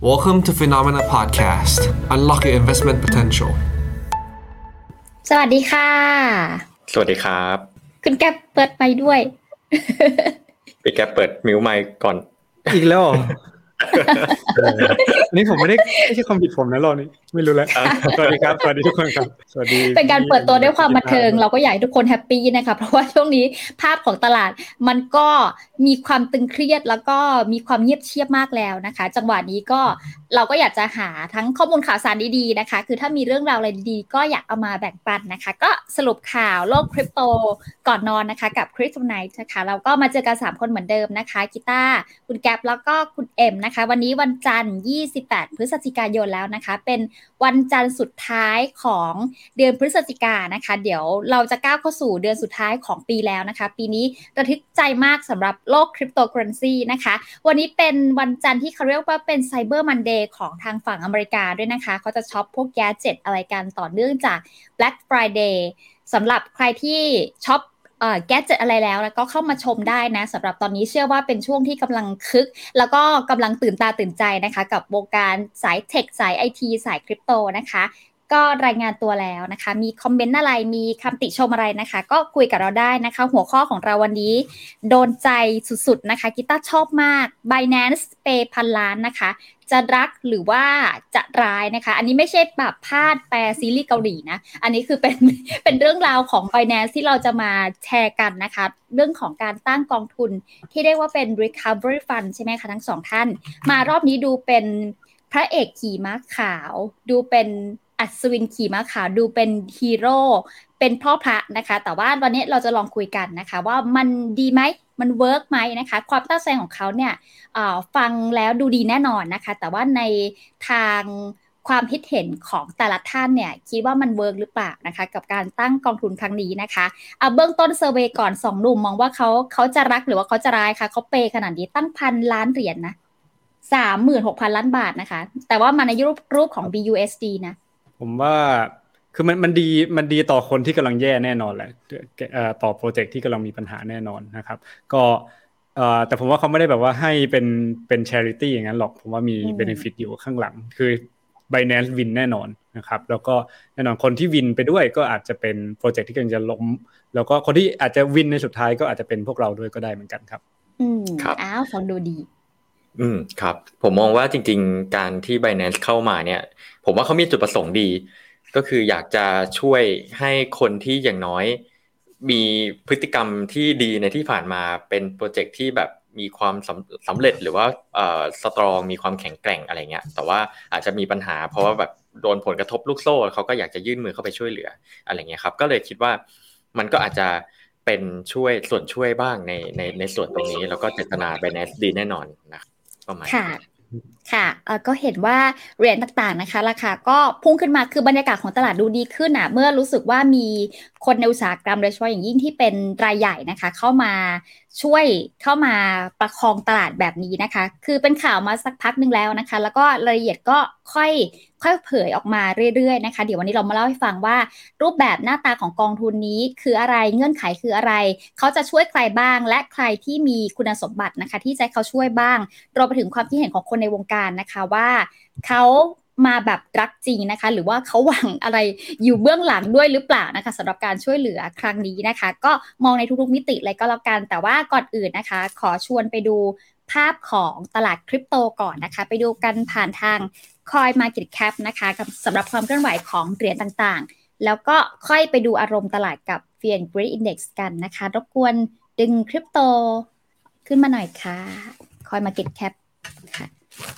Welcome to Phenomena Podcast. Unlock your investment potential. สวัสดีค่ะสวัสดีครับคุณแก๊ปเปิดไมค์ด้วยพี่แกเปิดมิวไมค์ก่อนอีกแล้วเหรออันนี้ผมไม่ใช่ความผิดผมนะรอบนี้ไม่รู้แล้วสวัสดีครับสวัสดีทุกคนครับสวัสดีเป็นการเปิดตัวด้วยความบันเทิงเราก็อยากให้ทุกคนแฮปปี้นะคะเพราะว่าช่วงนี้ภาพของตลาดมันก็มีความตึงเครียดแล้วก็มีความเงียบเชียบมากแล้วนะคะจังหวะนี้ก็เราก็อยากจะหาทั้งข้อมูลข่าวสารดีๆนะคะคือถ้ามีเรื่องราวอะไรดีๆก็อยากเอามาแบ่งปันนะคะก็สรุปข่าวโลกคริปโตก่อนนอนนะคะกับ Crypto Night นะคะเราก็มาเจอกัน3คนเหมือนเดิมนะคะกีตาร์คุณแก๊ปแล้วก็คุณเอ็มนะคะวันนี้วันจันทร์28พฤศจิกายนแล้วนะคะเป็นวันจันทร์สุดท้ายของเดือนพฤศจิกายนนะคะเดี๋ยวเราจะก้าวเข้าสู่เดือนสุดท้ายของปีแล้วนะคะปีนี้ระทึกใจมากสำหรับโลกคริปโตเคอเรนซีนะคะวันนี้เป็นวันจันทร์ที่เขาเรียกว่าเป็น Cyber Monday ของทางฝั่งอเมริกาด้วยนะคะเขาจะช็อปพวกแกดเจ็ตอะไรกันต่อเนื่องจาก Black Friday สำหรับใครที่ช็อปแกดเจ็ตอะไรแล้วก็เข้ามาชมได้นะสำหรับตอนนี้เชื่อว่าเป็นช่วงที่กำลังคึกแล้วก็กำลังตื่นตาตื่นใจนะคะกับวงการสายเทคสาย IT สายคริปโตนะคะก็รายงานตัวแล้วนะคะมีคอมเมนต์อะไรมีคำติชมอะไรนะคะก็คุยกับเราได้นะคะหัวข้อของเราวันนี้โดนใจสุดๆนะคะกีตาร์ชอบมาก Binance Pay 1,000 ล้านนะคะจะรักหรือว่าจะร้ายนะคะอันนี้ไม่ใช่แบบพาดแปลซีรีส์เกาหลีนะอันนี้คือเป็นเรื่องราวของ Binance ที่เราจะมาแชร์กันนะคะเรื่องของการตั้งกองทุนที่เรียกว่าเป็น Recovery Fund ใช่ไหมคะทั้งสองท่านมารอบนี้ดูเป็นพระเอกขี่ม้าขาวดูเป็นอัศวินขี่ม้าขาวดูเป็นฮีโร่เป็นพ่อพระนะคะแต่ว่าวันนี้เราจะลองคุยกันนะคะว่ามันดีไหมมันเวิร์กไหมนะคะความตั้งใจของเขาเนี่ยฟังแล้วดูดีแน่นอนนะคะแต่ว่าในทางความคิดเห็นของแต่ละท่านเนี่ยคิดว่ามันเวิร์กหรือเปล่านะคะกับการตั้งกองทุนครั้งนี้นะคะเอาเบื้องต้นเซอร์เวย์ก่อน2หนุ่มมองว่าเขาจะรักหรือว่าเขาจะร้ายคะเขาเปย์ขนาดนี้ตั้ง1,000 ล้านเหรียญนะ 36,000 ล้านบาทนะคะแต่ว่ามาในรูปของ BUSD นะผมว่าคือมันดีต่อคนที่กำลังแย่แน่นอนแหละต่อโปรเจกต์ที่กำลังมีปัญหาแน่นอนนะครับก็แต่ผมว่าเขาไม่ได้แบบว่าให้เป็น charity อย่างนั้นหรอกผมว่ามี benefit อยู่ข้างหลังคือ Binance win แน่นอนนะครับแล้วก็แน่นอนคนที่วินไปด้วยก็อาจจะเป็นโปรเจกต์ที่กำลังจะล้มแล้วก็คนที่อาจจะวินในสุดท้ายก็อาจจะเป็นพวกเราด้วยก็ได้เหมือนกันครับครับฟังดูดีครับผมมองว่าจริงๆการที่ Binance เข้ามาเนี่ยผมว่าเขามีจุดประสงค์ดีก็คืออยากจะช่วยให้คนที่อย่างน้อยมีพฤติกรรมที่ดีในที่ผ่านมาเป็นโปรเจกต์ที่แบบมีความสำเร็จหรือว่าสตรองมีความแข็งแกร่งอะไรเงี้ยแต่ว่าอาจจะมีปัญหาเพราะว่าแบบโดนผลกระทบลูกโซ่เขาก็อยากจะยื่นมือเข้าไปช่วยเหลืออะไรเงี้ยครับก็เลยคิดว่ามันก็อาจจะเป็นส่วนช่วยบ้างในส่วนตรงนี้แล้วก็เจตนา Binance ดีแน่นอนนะครับค่ะก็เห็นว่าเหรียญต่างๆนะคะราคาก็พุ่งขึ้นมาคือบรรยากาศของตลาดดูดีขึ้นเมื่อรู้สึกว่ามีคนในอุตสาหกรรมโดยเฉพาะอย่างยิ่งที่เป็นรายใหญ่นะคะเข้ามาประคองตลาดแบบนี้นะคะคือเป็นข่าวมาสักพักนึงแล้วนะคะแล้วก็รายละเอียดก็ค่อยเผยออกมาเรื่อยๆนะคะเดี๋ยววันนี้เรามาเล่าให้ฟังว่ารูปแบบหน้าตาของกองทุนนี้คืออะไรเงื่อนไขคืออะไรเขาจะช่วยใครบ้างและใครที่มีคุณสมบัตินะคะที่จะเขาช่วยบ้างรวมไปถึงความคิดเห็นของคนในวงการนะคะว่าเขามาแบบรักจริงนะคะหรือว่าเขาหวังอะไรอยู่เบื้องหลังด้วยหรือเปล่านะคะสำหรับการช่วยเหลือครั้งนี้นะคะก็มองในทุกๆมิติเลยก็แล้วกันแต่ว่าก่อนอื่นนะคะขอชวนไปดูภาพของตลาดคริปโตก่อนนะคะไปดูกันผ่านทาง CoinMarketCap นะคะสำหรับความเคลื่อนไหวของเหรียญต่างๆแล้วก็ค่อยไปดูอารมณ์ตลาดกับ Fear and Greed Index กันนะคะรบกวนดึงคริปโตขึ้นมาหน่อยค่ะ CoinMarketCap ค่ะ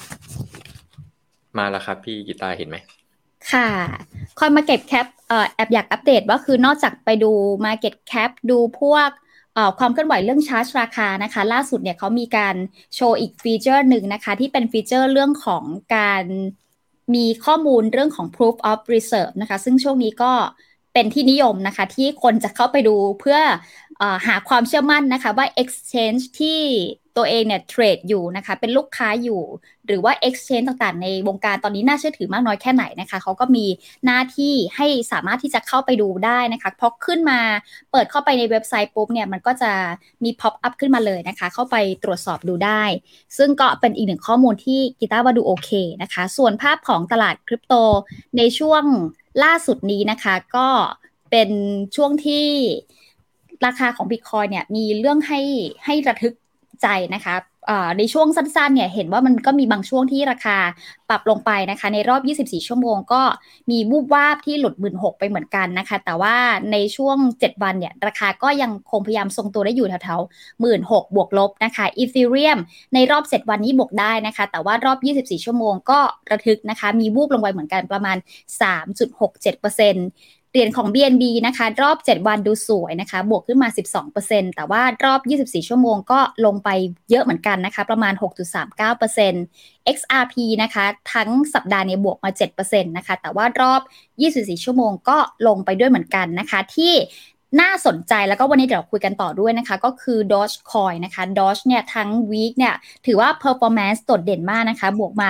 มาแล้วครับพี่กีตาร์เห็นไหมค่ะ CoinMarketCapแอบอยากอัปเดตว่าคือนอกจากไปดู Market Cap ดูพวกความเคลื่อนไหวเรื่องชาร์จราคานะคะล่าสุดเนี่ยเขามีการโชว์อีกฟีเจอร์หนึ่งนะคะที่เป็นฟีเจอร์เรื่องของการมีข้อมูลเรื่องของ proof of reserve นะคะซึ่งช่วงนี้ก็เเป็นที่นิยมนะคะที่คนจะเข้าไปดูเพื่อหาความเชื่อมั่นนะคะว่า exchange ที่ตัวเองเนี่ยเทรดอยู่นะคะเป็นลูกค้าอยู่หรือว่า exchange ต่างๆในวงการตอนนี้น่าเชื่อถือมากน้อยแค่ไหนนะคะเขาก็มีหน้าที่ให้สามารถที่จะเข้าไปดูได้นะคะพอขึ้นมาเปิดเข้าไปในเว็บไซต์ปุ๊บเนี่ยมันก็จะมี pop up ขึ้นมาเลยนะคะเข้าไปตรวจสอบดูได้ซึ่งก็เป็นอีกหนึ่งข้อมูลที่กีตาร์ว่าดูโอเคนะคะส่วนภาพของตลาดคริปโตในช่วงล่าสุดนี้นะคะก็เป็นช่วงที่ราคาของ Bitcoin เนี่ยมีเรื่องให้ระทึกใจนะคะในช่วงสั้นๆเนี่ยเห็นว่ามันก็มีบางช่วงที่ราคาปรับลงไปนะคะในรอบ24ชั่วโมงก็มีวูบวาบที่หลุด 16,000 ไปเหมือนกันนะคะแต่ว่าในช่วง7วันเนี่ยราคาก็ยังคงพยายามทรงตัวได้อยู่แถวๆ 16,000 บวกลบนะคะ Ethereum ในรอบ7วันนี้บวกได้นะคะแต่ว่ารอบ24ชั่วโมงก็ระทึกนะคะมีวูบลงไปเหมือนกันประมาณ 3.67%เหรียญของ BNB นะคะรอบ7วันดูสวยนะคะบวกขึ้นมา 12% แต่ว่ารอบ24ชั่วโมงก็ลงไปเยอะเหมือนกันนะคะประมาณ 6.39% XRP นะคะทั้งสัปดาห์นี้บวกมา 7% นะคะแต่ว่ารอบ24ชั่วโมงก็ลงไปด้วยเหมือนกันนะคะที่น่าสนใจแล้วก็วันนี้เดี๋ยวคุยกันต่อด้วยนะคะก็คือ Dogecoin นะคะ Doge เนี่ยทั้งวีคเนี่ยถือว่า performance โดดเด่นมากนะคะบวกมา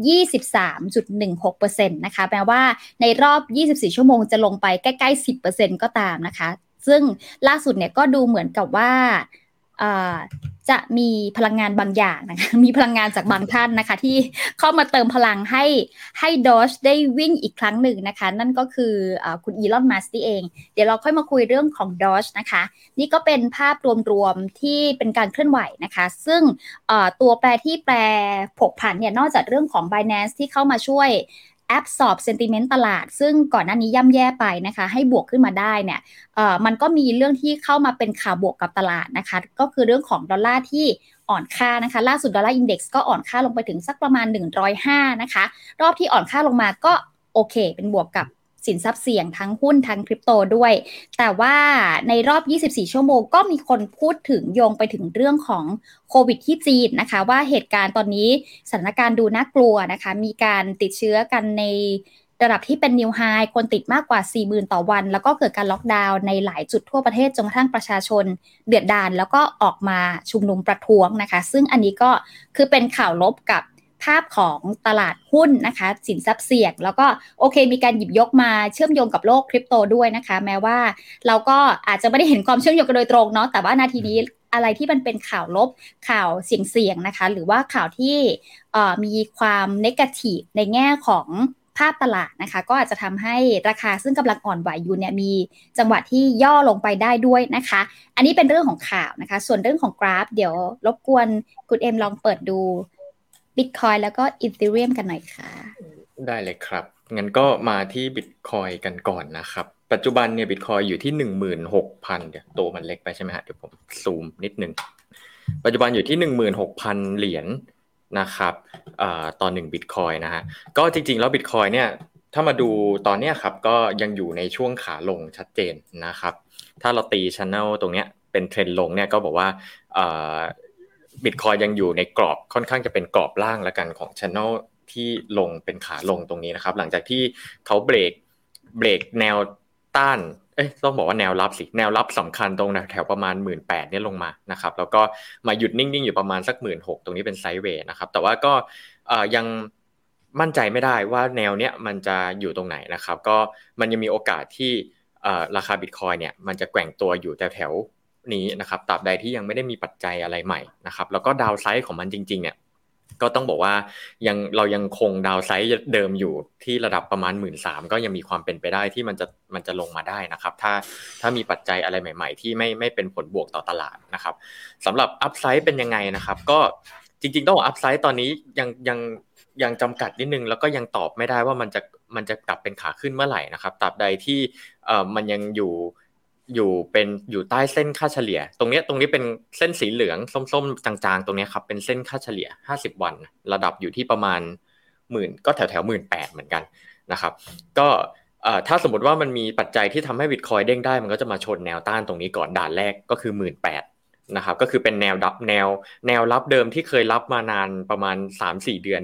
23.16% นะคะแปลว่าในรอบ24ชั่วโมงจะลงไปใกล้ๆ 10% ก็ตามนะคะซึ่งล่าสุดเนี่ยก็ดูเหมือนกับว่าจะมีพลังงานบางอย่างนะคะมีพลังงานจากบางท่านนะคะที่เข้ามาเติมพลังให้ Doge ได้วิ่งอีกครั้งหนึ่งนะคะนั่นก็คือคุณอีลอนมัสก์เองเดี๋ยวเราค่อยมาคุยเรื่องของ Doge นะคะนี่ก็เป็นภาพรวมๆที่เป็นการเคลื่อนไหวนะคะซึ่งตัวแปรที่แปรผกผันเนี่ยนอกจากเรื่องของ Binance ที่เข้ามาช่วยabsorb sentiment ตลาดซึ่งก่อนหน้านี้ย่ำแย่ไปนะคะให้บวกขึ้นมาได้เนี่ยมันก็มีเรื่องที่เข้ามาเป็นข่าวบวกกับตลาดนะคะก็คือเรื่องของดอลลาร์ที่อ่อนค่านะคะล่าสุดดอลลาร์อินเด็กซ์ก็อ่อนค่าลงไปถึงสักประมาณ105นะคะรอบที่อ่อนค่าลงมาก็โอเคเป็นบวกกับสินทรัพย์เสี่ยงทั้งหุ้นทั้งคริปโตด้วยแต่ว่าในรอบ24ชั่วโมงก็มีคนพูดถึงโยงไปถึงเรื่องของโควิดที่จีนนะคะว่าเหตุการณ์ตอนนี้สถานการณ์ดูน่ากลัวนะคะมีการติดเชื้อกันในระดับที่เป็นนิวไฮคนติดมากกว่า 40,000 ต่อวันแล้วก็เกิดการล็อกดาวน์ในหลายจุดทั่วประเทศจนกระทั่งประชาชนเดือดดาลแล้วก็ออกมาชุมนุมประท้วงนะคะซึ่งอันนี้ก็คือเป็นข่าวลบกับภาพของตลาดหุ้นนะคะสินทรัพย์เสี่ยงแล้วก็โอเคมีการหยิบยกมาเชื่อมโยงกับโลกคริปโตด้วยนะคะแม้ว่าเราก็อาจจะไม่ได้เห็นความเชื่อมโยงกันโดยตรงเนาะแต่ว่านาทีนี้อะไรที่มันเป็นข่าวลบข่าวเสี่ยงๆนะคะหรือว่าข่าวที่มีความเนกาทีฟในแง่ของภาพตลาดนะคะก็อาจจะทำให้ราคาซึ่งกำลังอ่อนไหวอยู่เนี่ยมีจังหวะที่ย่อลงไปได้ด้วยนะคะอันนี้เป็นเรื่องของข่าวนะคะส่วนเรื่องของกราฟเดี๋ยวรบกวนคุณเอ็มลองเปิดดูBitcoin แล้วก็ Ethereum กันหน่อยค่ะได้เลยครับงั้นก็มาที่ Bitcoin กันก่อนนะครับปัจจุบันเนี่ย Bitcoin อยู่ที่ 16,000 เดี๋ยวตัวมันเล็กไปใช่ไหมฮะเดี๋ยวผมซูมนิดนึงปัจจุบันอยู่ที่ 16,000 เหรียญนะครับต่อ1 Bitcoin นะฮะก็จริงๆแล้ว Bitcoin เนี่ยถ้ามาดูตอนเนี้ยครับก็ยังอยู่ในช่วงขาลงชัดเจนนะครับถ้าเราตี channel ตรงเนี้ยเป็นเทรนด์ลงเนี่ยก็บอกว่าBitcoin ยังอยู่ในกรอบค่อนข้างจะเป็นกรอบล่างละกันของ channel ที่ลงเป็นขาลงตรงนี้นะครับหลังจากที่เขาเบรกแนวต้านต้องบอกว่าแนวรับสิแนวรับสำคัญตรงแถวประมาณ 18,000 เนี่ยลงมานะครับแล้วก็มาหยุดนิ่งๆอยู่ประมาณสัก 16,000 ตรงนี้เป็นไซด์เวย์นะครับแต่ว่าก็ยังมั่นใจไม่ได้ว่าแนวเนี้ยมันจะอยู่ตรงไหนนะครับก็มันยังมีโอกาสที่ราคา Bitcoin เนี่ยมันจะแกว่งตัวอยู่แถวนี้นะครับตราบใดที่ยังไม่ได้มีปัจจัยอะไรใหม่นะครับแล้วก็ดาวไซด์ของมันจริงๆเนี่ยก็ต้องบอกว่าเรายังคงดาวไซด์เดิมอยู่ที่ระดับประมาณ 13,000 ก็ยังมีความเป็นไปได้ที่มันจะลงมาได้นะครับถ้ามีปัจจัยอะไรใหม่ๆที่ไม่เป็นผลบวกต่อตลาดนะครับสำหรับอัพไซด์เป็นยังไงนะครับก็จริงๆต้องบอกอัพไซด์ตอนนี้ยังจำกัดนิดนึงแล้วก็ยังตอบไม่ได้ว่ามันจะกลับเป็นขาขึ้นเมื่อไหร่นะครับตราบใดที่มันยังอยู่ใต้เส้นค่าเฉลี่ยตรงนี้เป็นเส้นสีเหลืองส้มๆจางๆตรงนี้ครับเป็นเส้นค่าเฉลี่ย50วันระดับอยู่ที่ประมาณ10,000ก็แถวๆ 18,000 เหมือนกันนะครับก็ถ้าสมมติว่ามันมีปัจจัยที่ทำให้ Bitcoin เด้งได้มันก็จะมาชนแนวต้านตรงนี้ก่อนด่านแรกก็คือ 18,000 นะครับก็คือเป็นแนวรับเดิมที่เคยรับมานานประมาณ 3-4 เดือนเนี่ย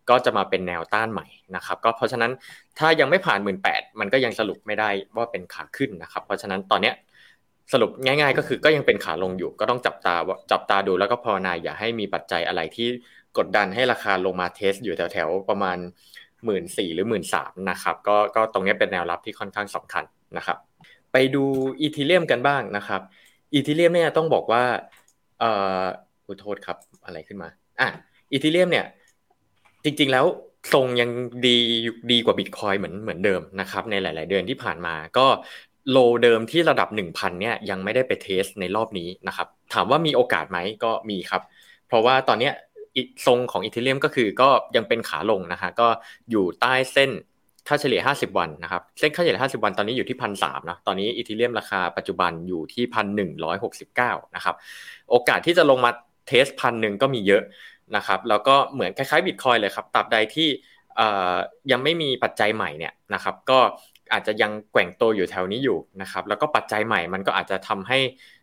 ก็จะมาเป็นแนวต้านใหม่นะครับก็เพราะฉะนั้นถ้ายังไม่ผ่าน 18,000 มันก็ยังสรุปไม่ได้ว่าเป็นขาขึ้นนะครับเพราะฉะนั้นตอนเนี้ยสรุปง่ายๆก็คือก็ยังเป็นขาลงอยู่ก็ต้องจับตาดูแล้วก็ภาวนาอย่าให้มีปัจจัยอะไรที่กดดันให้ราคาลงมาเทสอยู่แถวๆประมาณ 14,000 หรือ 13,000 นะครับก็ตรงนี้เป็นแนวรับที่ค่อนข้างสำคัญนะครับไปดูอีทีเรียมกันบ้างนะครับอีทีเรียมเนี่ยต้องบอกว่าขอโทษครับอะไรขึ้นมาอีทีเรียมเนี่ยจริงๆแล้วทรงยังดีกว่า Bitcoin เหมือนเดิมนะครับในหลายๆเดือนที่ผ่านมาก็โลเดิมที่ระดับ 1,000 เนี่ยยังไม่ได้ไปเทสในรอบนี้นะครับถามว่ามีโอกาสไหมก็มีครับเพราะว่าตอนนี้ทรงของอีทีเรียมก็คือก็ยังเป็นขาลงนะฮะก็อยู่ใต้เส้นค่าเฉลี่ย50วันนะครับเส้นค่าเฉลี่ย50วันตอนนี้อยู่ที่ 1,300 นะตอนนี้อีทีเรียมราคาปัจจุบันอยู่ที่ 1,169 นะครับโอกาสที่จะลงมาเทส 1,000 ก็มีเยอะนะครับแล้วก็เหมือนคล้ายๆ Bitcoin เลยครับตราบใดที่ยังไม่มีปัจจัยใหม่เนี่ยนะครับก็อาจจะยังแกว่งตัวอยู่แถวนี้อยู่นะครับแล้วก็ปัจจัยใหม่มันก็อาจจะทำให้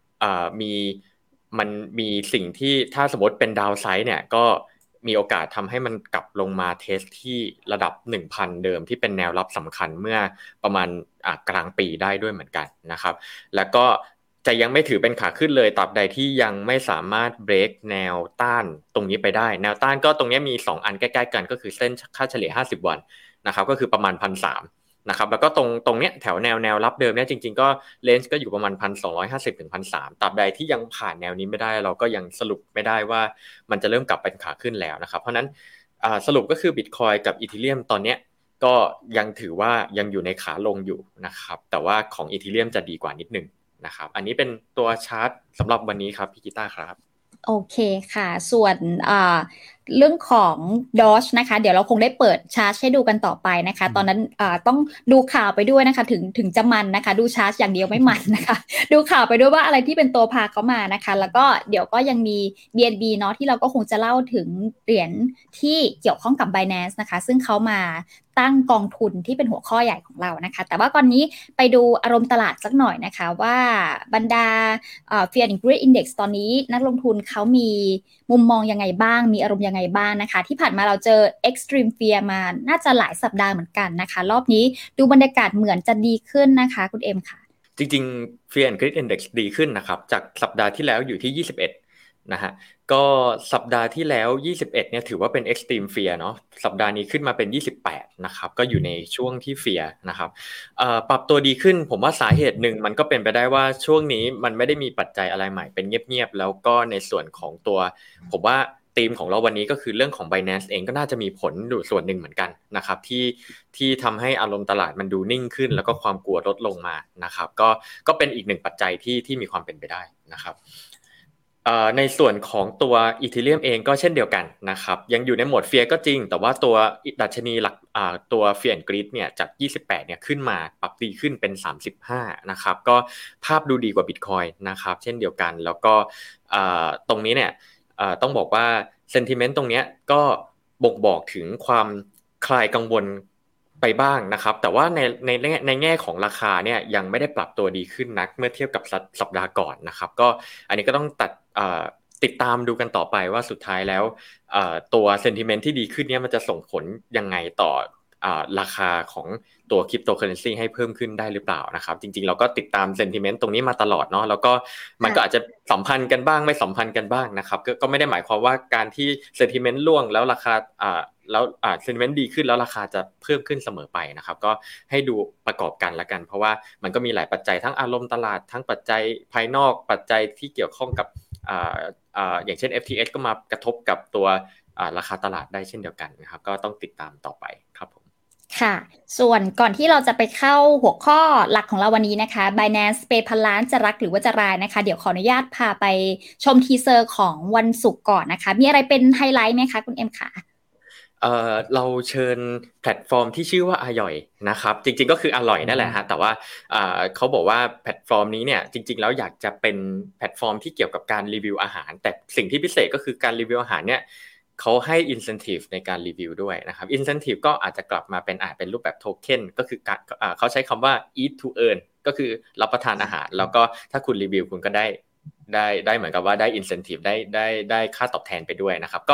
มันมีสิ่งที่ถ้าสมมติเป็นดาวไซด์เนี่ยก็มีโอกาสทำให้มันกลับลงมาเทสที่ระดับ 1,000 เดิมที่เป็นแนวรับสำคัญเมื่อประมาณกลางปีได้ด้วยเหมือนกันนะครับแล้วก็จะยังไม่ถือเป็นขาขึ้นเลยตราบใดที่ยังไม่สามารถเบรกแนวต้านตรงนี้ไปได้แนวต้านก็ตรงนี้มี2อันใกล้ๆกันก็คือเส้นค่าเฉลี่ย50วันนะครับก็คือประมาณ 1,300 นะครับแล้วก็ตรงเนี้ยแถวแนวรับเดิมเนี่ยจริงๆก็เลนส์ก็อยู่ประมาณ 1,250 ถึง 1,300 ตราบใดที่ยังผ่านแนวนี้ไม่ได้เราก็ยังสรุปไม่ได้ว่ามันจะเริ่มกลับเป็นขาขึ้นแล้วนะครับเพราะนั้นสรุปก็คือ Bitcoin กับ Ethereum ตอนเนี้ยก็ยังถือว่ายังอยู่ในขาลงอยู่นะครับแต่ว่าของ Ethereum จะดีกว่านิดนึงนะครับอันนี้เป็นตัวชาร์ตสำหรับวันนี้ครับพี่กีตาร์ครับโอเคค่ะส่วนเรื่องของ Doge นะคะเดี๋ยวเราคงได้เปิดชาร์ตให้ดูกันต่อไปนะคะตอนนั้นต้องดูข่าวไปด้วยนะคะถึงจะมันนะคะดูชาร์ตอย่างเดียวไม่มันนะคะดูข่าวไปด้วยว่าอะไรที่เป็นตัวพาเขามานะคะแล้วก็เดี๋ยวก็ยังมี BNB เนาะที่เราก็คงจะเล่าถึงเหรียญที่เกี่ยวข้องกับ Binance นะคะซึ่งเขามาตั้งกองทุนที่เป็นหัวข้อใหญ่ของเรานะคะแต่ว่าก่อนนี้ไปดูอารมณ์ตลาดสักหน่อยนะคะว่าบรรดาFear and Greed Index ตอนนี้นักลงทุนเขามีมุมมองยังไงบ้างมีอารมณ์ยังไงบ้างนะคะที่ผ่านมาเราเจอ Extreme Fear มาน่าจะหลายสัปดาห์เหมือนกันนะคะรอบนี้ดูบรรยากาศเหมือนจะดีขึ้นนะคะคุณเอ็มค่ะจริงๆ Fear and Greed Index ดีขึ้นนะครับจากสัปดาห์ที่แล้วอยู่ที่21นะฮะก็สัปดาห์ที่แล้ว21เนี่ยถือว่าเป็น extreme fear เนาะสัปดาห์นี้ขึ้นมาเป็น28นะครับก็อยู่ในช่วงที่ fear นะครับปรับตัวดีขึ้นผมว่าสาเหตุหนึ่งมันก็เป็นไปได้ว่าช่วงนี้มันไม่ได้มีปัจจัยอะไรใหม่เป็นเงียบๆแล้วก็ในส่วนของตัวผมว่าธีมของเราวันนี้ก็คือเรื่องของ Binance เองก็น่าจะมีผลอยู่ส่วนหนึ่งเหมือนกันนะครับที่ทำให้อารมณ์ตลาดมันดูนิ่งขึ้นแล้วก็ความกลัวลดลงมานะครับก็เป็นอีกหนึ่งปัจจัยที่มีความเป็นไปได้นะครับในส่วนของตัว Ethereum เองก็เช่นเดียวกันนะครับยังอยู่ในโหมด Fear ก็จริงแต่ว่าตัวดัชนีหลักตัว Fear and Greed เนี่ยจาก28เนี่ยขึ้นมาปรับดีขึ้นเป็น35นะครับก็ภาพดูดีกว่า Bitcoin นะครับเช่นเดียวกันแล้วก็ตรงนี้เนี่ยต้องบอกว่า sentiment ตรงเนี้ยก็บ่งบอกถึงความคลายกังวลไปบ้างนะครับแต่ว่าในแง่ของราคาเนี่ยยังไม่ได้ปรับตัวดีขึ้นนักเมื่อเทียบกับสัปดาห์ก่อนนะครับก็อันนี้ก็ต้องติดตามดูกันต่อไปว่าสุดท้ายแล้วตัว sentiment ที่ดีขึ้นเนี่ยมันจะส่งผลยังไงต่อราคาของตัวคริปโตเคอเรนซีให้เพิ่มขึ้นได้หรือเปล่านะครับจริงๆเราก็ติดตาม sentiment ตรงนี้มาตลอดเนาะแล้วก็มันก็อาจจะสัมพันธ์กันบ้างไม่สัมพันธ์กันบ้างนะครับก็ไม่ได้หมายความว่าการที่ sentiment ร่วงแล้วราคาแล้วsentiment ดีขึ้นแล้วราคาจะเพิ่มขึ้นเสมอไปนะครับก็ให้ดูประกอบกันละกันเพราะว่ามันก็มีหลายปัจจัยทั้งอารมณ์ตลาดทั้งปัจจัยภายนอกปัจจัยที่เกี่ยวข้องกับอย่างเช่น FTX ก็มากระทบกับตัวราคาตลาดได้เช่นเดียวกันนะครับก็ต้องติดตามต่อไปครับผมค่ะส่วนก่อนที่เราจะไปเข้าหัวข้อหลักของเราวันนี้นะคะ Binance Pay 1,000 ล้านจะรักหรือว่าจะร้ายนะคะเดี๋ยวขออนุญาตพาไปชมทีเซอร์ของวันศุกร์ก่อนนะคะมีอะไรเป็นไฮไลท์ไหมคะคุณเอ็มค่ะเราเชิญแพลตฟอร์มที่ชื่อว่าอย่อยนะครับจริงๆก็คืออร่อยนั่นแหละฮะแต่ว่าเขาบอกว่าแพลตฟอร์มนี้เนี่ยจริงๆแล้วอยากจะเป็นแพลตฟอร์มที่เกี่ยวกับการรีวิวอาหารแต่สิ่งที่พิเศษก็คือการรีวิวอาหารเนี่ยเขาให้ incentive ในการรีวิวด้วยนะครับ incentive ก็อาจจะกลับมาเป็นรูปแบบโทเค็นก็คือเขาใช้คำว่า eat to earn ก็คือรับประทานอาหารแล้วก็ถ้าคุณรีวิวคุณก็ได้เหมือนกับว่าได้ incentive ได้ค่าตอบแทนไปด้วยนะครับก็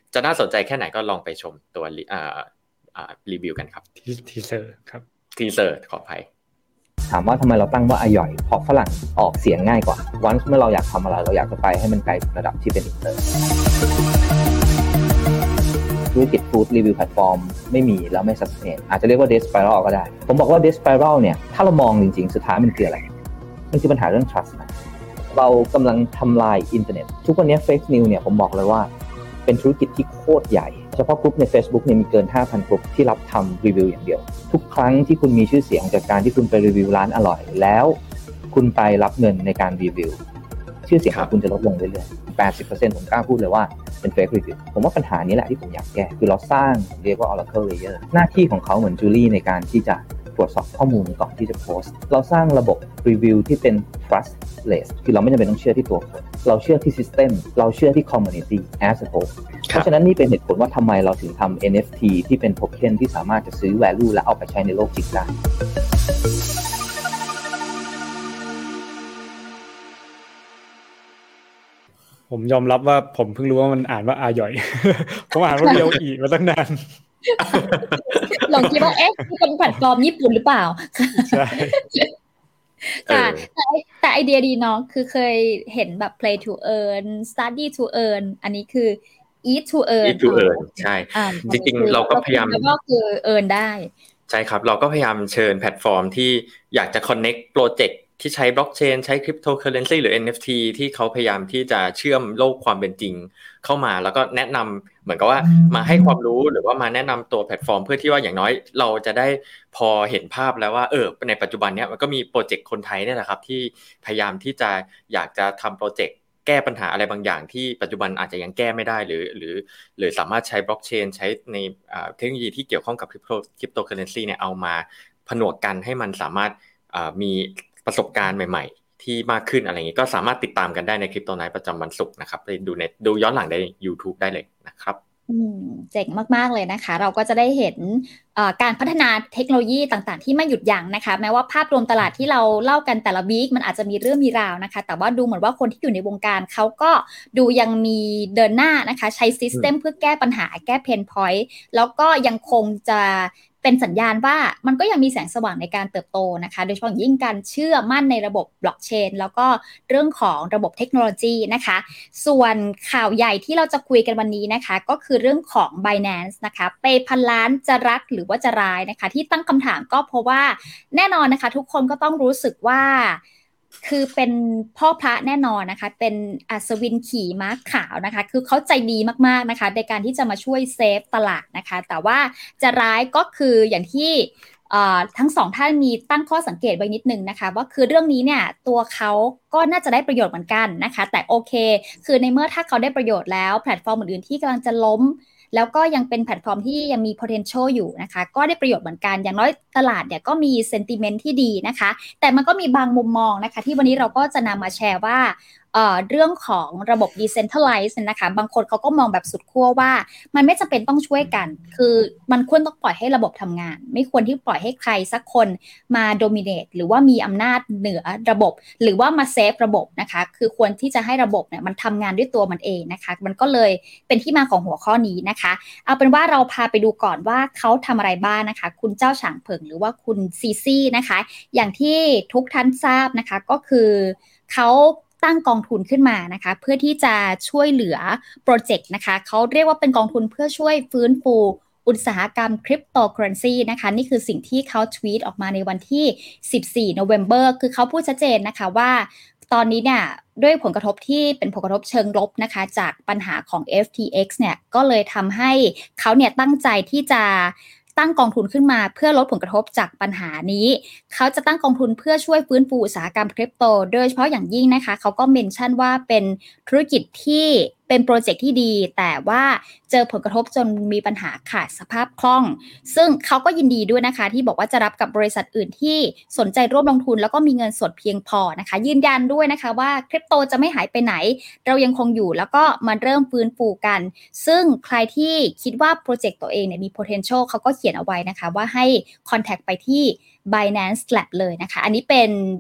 จะน่าสนใจแค่ไหนก็ลองไปชมตัวรีวิวกันครับทีเซอร์ครับทีเซอร์ขออภัยถามว่าทำไมเราตั้งว่าอร่อยเพราะฝรั่งออกเสียงง่ายกว่าวันเมื่อเราอยากทำอะไรเราอยากจะไปให้มันไกลถึงระดับที่เป็นอินเตอร์ธุรกิจฟู้ดรีวิวแพลตฟอร์มไม่มีแล้วไม่ซัสเทนอาจจะเรียกว่า death spiral ก็ได้ผมบอกว่า death spiral เนี่ยถ้าเรามองจริงๆสุดท้ายมันคืออะไรมันคือปัญหาเรื่อง trust นะเรากำลังทำลายอินเทอร์เน็ตทุกวันนี้ fake news เนี่ยผมบอกเลยว่าเป็นธุรกิจที่โคตรใหญ่เฉพาะกลุ่มใน Facebook เนี่ยมีเกิน 5,000 กลุ่มที่รับทำรีวิวอย่างเดียวทุกครั้งที่คุณมีชื่อเสียงจากการที่คุณไปรีวิวร้านอร่อยแล้วคุณไปรับเงินในการรีวิวชื่อเสียงของคุณจะลดลงเรื่อยๆ 80% ผมกล้าพูดเลยว่าเป็น fake review ผมว่าปัญหานี้แหละที่ผมอยากแก้คือเราสร้างเรียกว่า Oracle Layer หน้าที่ของเขาเหมือนจูลี่ในการที่จะตรวจสอบข้อมูลก่อนที่จะโพสต์เราสร้างระบบรีวิวที่เป็น trustless คือเราไม่จำเป็นต้องเชื่อที่ตัวคนเราเชื่อที่ system เราเชื่อที่ community as a whole เพราะฉะนั้นนี่เป็นเหตุผลว่าทำไมเราถึงทำ NFT ที่เป็นโทเค็นที่สามารถจะซื้อ value และเอาไปใช้ในโลกจริงได้ผมยอมรับว่าผมเพิ่งรู้ว่ามันอ่านว่าอาหย่อย ผมอ่านว่าเรียวอีมาตั้งนานลองคิดว่าเอ๊ะนี่เป็นแพลตฟอร์มญี่ปุ่นหรือเปล่าใช่ค่ะแต่ไอเดียดีเนาะคือเคยเห็นแบบ play to earn study to earn อันนี้คือ eat to earn ใช่จริงๆเราก็พยายามก็คือ earn ได้ใช่ครับเราก็พยายามเชิญแพลตฟอร์มที่อยากจะ connect โปรเจกต์ที่ใช้บล็อกเชนใช้คริปโตเคอเรนซีหรือ NFT ที่เขาพยายามที่จะเชื่อมโลกความเป็นจริงเข้ามาแล้วก็แนะนำเหมือนกับว่ามาให้ความรู้หรือว่ามาแนะนำตัวแพลตฟอร์มเพื่อที่ว่าอย่างน้อยเราจะได้พอเห็นภาพแล้วว่าในปัจจุบันเนี้ยมันก็มีโปรเจกต์คนไทยเนี่ยแหละครับที่พยายามที่จะอยากจะทำโปรเจกต์แก้ปัญหาอะไรบางอย่างที่ปัจจุบันอาจจะยังแก้ไม่ได้หรือสามารถใช้บล็อกเชนใช้ในเทคโนโลยีที่เกี่ยวข้องกับคริปโตเคอเรนซีเนี่ยเอามาผนวกกันให้มันสามารถมีประสบการณ์ใหม่ๆที่มากขึ้นอะไรอย่างนี้ก็สามารถติดตามกันได้ในคริปโตไนท์ประจำวันศุกร์นะครับไปดูย้อนหลังใน YouTube ได้เลยนะครับเจ๋งมากๆเลยนะคะเราก็จะได้เห็นการพัฒนาเทคโนโลยีต่างๆที่ไม่หยุดยั้งนะคะแม้ว่าภาพรวมตลาดที่เราเล่ากันแต่ละวีคมันอาจจะมีเรื่องมีราวนะคะแต่ว่าดูเหมือนว่าคนที่อยู่ในวงการเขาก็ดูยังมีเดินหน้านะคะใช้ซิสเต็มเพื่อแก้ปัญหาแก้เพนพอยต์แล้วก็ยังคงจะเป็นสัญญาณว่ามันก็ยังมีแสงสว่างในการเติบโตนะคะโดยเฉพาะยิ่งการเชื่อมั่นในระบบบล็อกเชนแล้วก็เรื่องของระบบเทคโนโลยีนะคะส่วนข่าวใหญ่ที่เราจะคุยกันวันนี้นะคะก็คือเรื่องของ Binance นะคะเปย์พันล้านจะรักหรือว่าจะร้ายนะคะที่ตั้งคำถามก็เพราะว่าแน่นอนนะคะทุกคนก็ต้องรู้สึกว่าคือเป็นพ่อพระแน่นอนนะคะเป็นอัศวินขี่ม้าขาวนะคะคือเขาใจดีมากๆนะคะในการที่จะมาช่วยเซฟตลาดนะคะแต่ว่าจะร้ายก็คืออย่างที่ทั้งสองท่านมีตั้งข้อสังเกตไว้นิดนึงนะคะว่าคือเรื่องนี้เนี่ยตัวเขาก็น่าจะได้ประโยชน์เหมือนกันนะคะแต่โอเคคือในเมื่อถ้าเขาได้ประโยชน์แล้วแพลตฟอร์มอื่นๆที่กำลังจะล้มแล้วก็ยังเป็นแพลตฟอร์มที่ยังมี potential อยู่นะคะก็ได้ประโยชน์เหมือนกันอย่างน้อยตลาดเนี่ยก็มี sentiment ที่ดีนะคะแต่มันก็มีบางมุมมองนะคะที่วันนี้เราก็จะนำมาแชร์ว่าเรื่องของระบบ decentralized นะคะบางคนเขาก็มองแบบสุดขั้วว่ามันไม่จำเป็นต้องช่วยกันคือมันควรต้องปล่อยให้ระบบทำงานไม่ควรที่ปล่อยให้ใครสักคนมา dominate หรือว่ามีอำนาจเหนือระบบหรือว่ามาเซฟระบบนะคะคือควรที่จะให้ระบบเนี่ยมันทำงานด้วยตัวมันเองนะคะมันก็เลยเป็นที่มาของหัวข้อนี้นะคะเอาเป็นว่าเราพาไปดูก่อนว่าเขาทำอะไรบ้างนะคะคุณเจ้าฉางเผิงหรือว่าคุณซีซี่นะคะอย่างที่ทุกท่านทราบนะคะก็คือเขาตั้งกองทุนขึ้นมานะคะเพื่อที่จะช่วยเหลือโปรเจกต์นะคะเขาเรียกว่าเป็นกองทุนเพื่อช่วยฟื้นฟูอุตสาหกรรมคริปโตเคอเรนซีนะคะนี่คือสิ่งที่เขาทวีตออกมาในวันที่14 November คือเขาพูดชัดเจนนะคะว่าตอนนี้เนี่ยด้วยผลกระทบที่เป็นผลกระทบเชิงลบนะคะจากปัญหาของ FTX เนี่ยก็เลยทำให้เขาเนี่ยตั้งใจที่จะตั้งกองทุนขึ้นมาเพื่อลดผลกระทบจากปัญหานี้เขาจะตั้งกองทุนเพื่อช่วยฟื้นฟูอุตสาหกรรมคริปโตโดยเฉพาะอย่างยิ่งนะคะเขาก็เมนชั่นว่าเป็นธุรกิจที่เป็นโปรเจกต์ที่ดีแต่ว่าเจอผลกระทบจนมีปัญหาขาดสภาพคล่องซึ่งเขาก็ยินดีด้วยนะคะที่บอกว่าจะรับกับบริษัทอื่นที่สนใจร่วมลงทุนแล้วก็มีเงินสดเพียงพอนะคะยืนยันด้วยนะคะว่าคริปโตจะไม่หายไปไหนเรายังคงอยู่แล้วก็มาเริ่มฟื้นฟูกันซึ่งใครที่คิดว่าโปรเจกต์ตัวเองเนี่ยมี potential เขาก็เขียนเอาไว้นะคะว่าให้ contact ไปที่ Binance Lab เลยนะคะอันนี้เป็น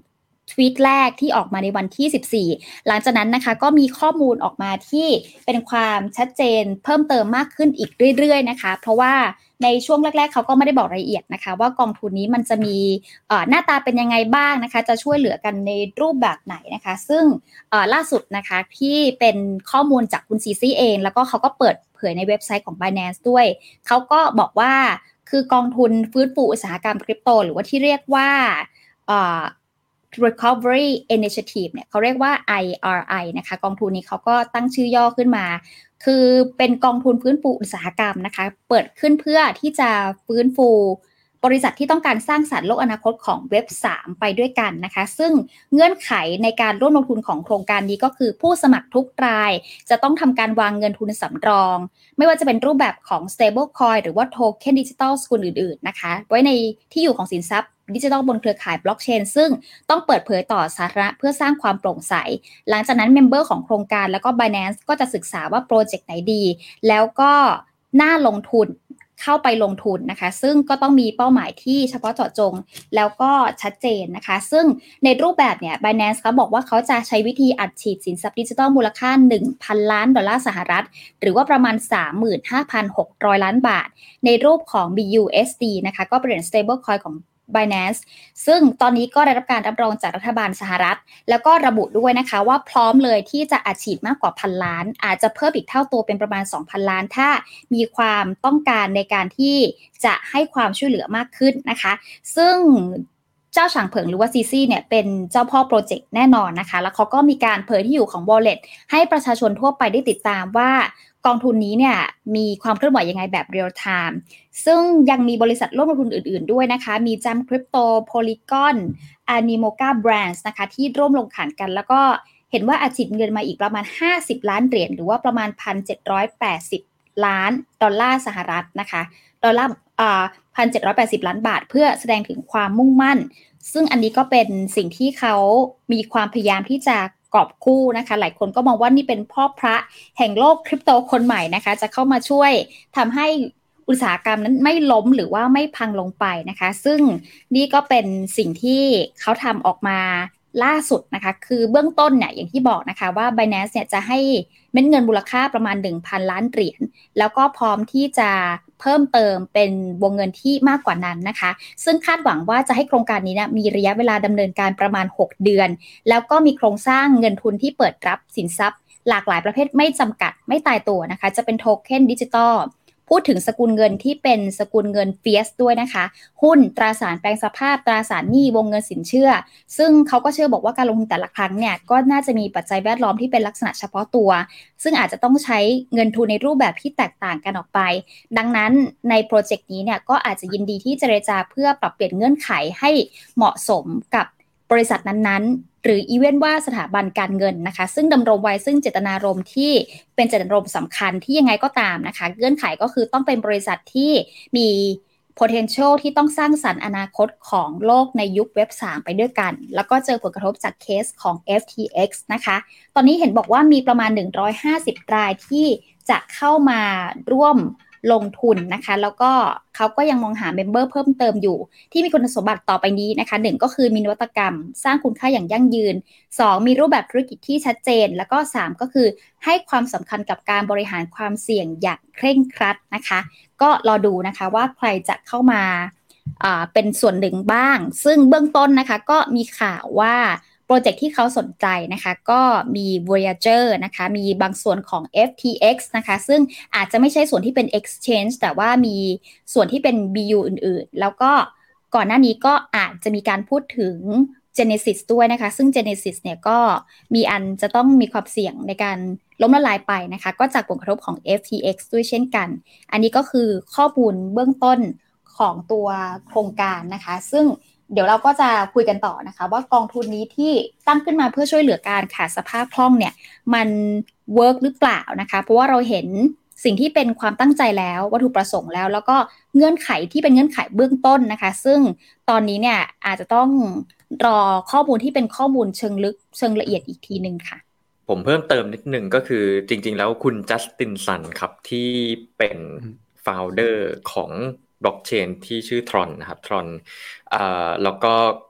ทวีตแรกที่ออกมาในวันที่14หลังจากนั้นนะคะก็มีข้อมูลออกมาที่เป็นความชัดเจนเพิ่มเติมมากขึ้นอีกเรื่อยๆนะคะเพราะว่าในช่วงแรกๆเขาก็ไม่ได้บอกรายละเอียดนะคะว่ากองทุนนี้มันจะมีหน้าตาเป็นยังไงบ้างนะคะจะช่วยเหลือกันในรูปแบบไหนนะคะซึ่งล่าสุดนะคะที่เป็นข้อมูลจากคุณซีซี่เองแล้วก็เขาก็เปิดเผยในเว็บไซต์ของ Binance ด้วยเขาก็บอกว่าคือกองทุนฟื้นฟูอุตสาหกรรมคริปโตหรือว่าที่เรียกว่าRecovery Initiative เนี่ยเขาเรียกว่า IRI นะคะกองทุนนี้เขาก็ตั้งชื่อย่อขึ้นมาคือเป็นกองทุนฟื้นฟูอุตสาหกรรมนะคะเปิดขึ้นเพื่อที่จะฟื้นฟูบริษัทที่ต้องการสร้างสรรค์โลกอนาคตของเว็บ3ไปด้วยกันนะคะซึ่งเงื่อนไขในการร่วมลงทุนของโครงการนี้ก็คือผู้สมัครทุกรายจะต้องทำการวางเงินทุนสำรองไม่ว่าจะเป็นรูปแบบของ stable coin หรือว่าโทเค็นดิจิทัลสกุลอื่นๆนะคะไว้ในที่อยู่ของสินทรัพย์ดิจิทัลบนเครือข่ายบล็อกเชนซึ่งต้องเปิดเผยต่อสาธารณะเพื่อสร้างความโปร่งใสหลังจากนั้นเมมเบอร์ของโครงการแล้วก็ Binance ก็จะศึกษาว่าโปรเจกต์ไหนดีแล้วก็น่าลงทุนเข้าไปลงทุนนะคะซึ่งก็ต้องมีเป้าหมายที่เฉพาะเจาะจงแล้วก็ชัดเจนนะคะซึ่งในรูปแบบเนี่ย Binance เขาบอกว่าเขาจะใช้วิธีอัดฉีดสินทรัพย์ดิจิทัลมูลค่า $1,000 ล้านสหรัฐหรือว่าประมาณ 35,600 ล้านบาทในรูปของ BUSD นะคะก็เป็นเหรียญ stable coin ของBinance ซึ่งตอนนี้ก็ได้รับการรับรองจากรัฐบาลสหรัฐแล้วก็ระบุด้วยนะคะว่าพร้อมเลยที่จะอัดฉีดมากกว่า1,000 ล้านอาจจะเพิ่มอีกเท่าตัวเป็นประมาณ 2,000 ล้านถ้ามีความต้องการในการที่จะให้ความช่วยเหลือมากขึ้นนะคะซึ่งเจ้าฉางเผิงหรือว่าซีซี่เนี่ยเป็นเจ้าพ่อโปรเจกต์แน่นอนนะคะแล้วเขาก็มีการเผยที่อยู่ของ Wallet ให้ประชาชนทั่วไปได้ติดตามว่ากองทุนนี้เนี่ยมีความเคลื่อนไหวยังไงแบบเรียลไทม์ซึ่งยังมีบริษัทร่วมลงทุนอื่นๆด้วยนะคะมี Jam Crypto Polygon Animoca Brands นะคะที่ร่วมลงขันกันแล้วก็เห็นว่าอัดฉีดเงินมาอีกประมาณ50 ล้านเหรียญหรือว่าประมาณ 1,780 ล้านดอลลาร์สหรัฐนะคะดอลลาร์1,780 ล้านบาทเพื่อแสดงถึงความมุ่งมั่นซึ่งอันนี้ก็เป็นสิ่งที่เขามีความพยายามที่จะกอบกู้นะคะหลายคนก็มองว่านี่เป็นพ่อพระแห่งโลกคริปโตคนใหม่นะคะจะเข้ามาช่วยทำให้อุตสาหกรรมนั้นไม่ล้มหรือว่าไม่พังลงไปนะคะซึ่งนี่ก็เป็นสิ่งที่เขาทำออกมาล่าสุดนะคะคือเบื้องต้นเนี่ยอย่างที่บอกนะคะว่า Binance เนี่ยจะให้เม็ดเงินมูลค่าประมาณ 1,000 ล้านเหรียญแล้วก็พร้อมที่จะเพิ่มเติมเป็นวงเงินที่มากกว่านั้นนะคะซึ่งคาดหวังว่าจะให้โครงการนี้นะมีระยะเวลาดำเนินการประมาณ6เดือนแล้วก็มีโครงสร้างเงินทุนที่เปิดรับสินทรัพย์หลากหลายประเภทไม่จำกัดไม่ตายตัวนะคะจะเป็นโทเค็นดิจิตอลพูดถึงสกุลเงินที่เป็นสกุลเงินเฟียสด้วยนะคะหุ้นตราสารแปลงสภาพตราสารหนี้วงเงินสินเชื่อซึ่งเขาก็เชื่อบอกว่าการลงทุนแต่ละครั้งเนี่ยก็น่าจะมีปัจจัยแวดล้อมที่เป็นลักษณะเฉพาะตัวซึ่งอาจจะต้องใช้เงินทุนในรูปแบบที่แตกต่างกันออกไปดังนั้นในโปรเจกต์นี้เนี่ยก็อาจจะยินดีที่เจรจาเพื่อปรับเปลี่ยนเงื่อนไขให้เหมาะสมกับบริษัทนั้นๆหรืออีเวนต์ว่าสถาบันการเงินนะคะซึ่งดำรงไว้ซึ่งเจตนารมณ์ที่เป็นเจตนารมณ์สำคัญที่ยังไงก็ตามนะคะเงื่อนไขก็คือต้องเป็นบริษัทที่มี potential ที่ต้องสร้างสรรค์อนาคตของโลกในยุคเว็บ3ไปด้วยกันแล้วก็เจอผลกระทบจากเคสของ FTX นะคะตอนนี้เห็นบอกว่ามีประมาณ150รายที่จะเข้ามาร่วมลงทุนนะคะแล้วก็เขาก็ยังมองหาเมมเบอร์เพิ่มเติมอยู่ที่มีคุณสมบัติต่อไปนี้นะคะ1ก็คือมีนวัตกรรมสร้างคุณค่าอย่างยั่งยืน2มีรูปแบบธุรกิจที่ชัดเจนแล้วก็3ก็คือให้ความสำคัญกับการบริหารความเสี่ยงอย่างเคร่งครัดนะคะก็รอดูนะคะว่าใครจะเข้ามาเป็นส่วนหนึ่งบ้างซึ่งเบื้องต้นนะคะก็มีข่าวว่าโปรเจกต์ที่เขาสนใจนะคะก็มี Voyager นะคะมีบางส่วนของ FTX นะคะซึ่งอาจจะไม่ใช่ส่วนที่เป็น Exchange แต่ว่ามีส่วนที่เป็น BU อื่นๆแล้วก็ก่อนหน้านี้ก็อาจจะมีการพูดถึง Genesis ด้วยนะคะซึ่ง Genesis เนี่ยก็มีอันจะต้องมีความเสี่ยงในการล้มละลายไปนะคะก็จากผลกระทบของ FTX ด้วยเช่นกันอันนี้ก็คือข้อมูลเบื้องต้นของตัวโครงการนะคะซึ่งเดี๋ยวเราก็จะคุยกันต่อนะคะว่ากองทุนนี้ที่ตั้งขึ้นมาเพื่อช่วยเหลือการขาดสภาพคล่องเนี่ยมันเวิร์กหรือเปล่านะคะเพราะว่าเราเห็นสิ่งที่เป็นความตั้งใจแล้ววัตถุประสงค์แล้วก็เงื่อนไขที่เป็นเงื่อนไขเบื้องต้นนะคะซึ่งตอนนี้เนี่ยอาจจะต้องรอข้อมูลที่เป็นข้อมูลเชิงลึกเชิงละเอียดอีกทีนึงค่ะผมเพิ่มเติมนิดนึงก็คือจริงๆแล้วคุณจัสตินสันครับที่เป็นฟาวเดอร์ของบล็อกเชนที่ชื่อ Tron นะครับ Tron แล้วก็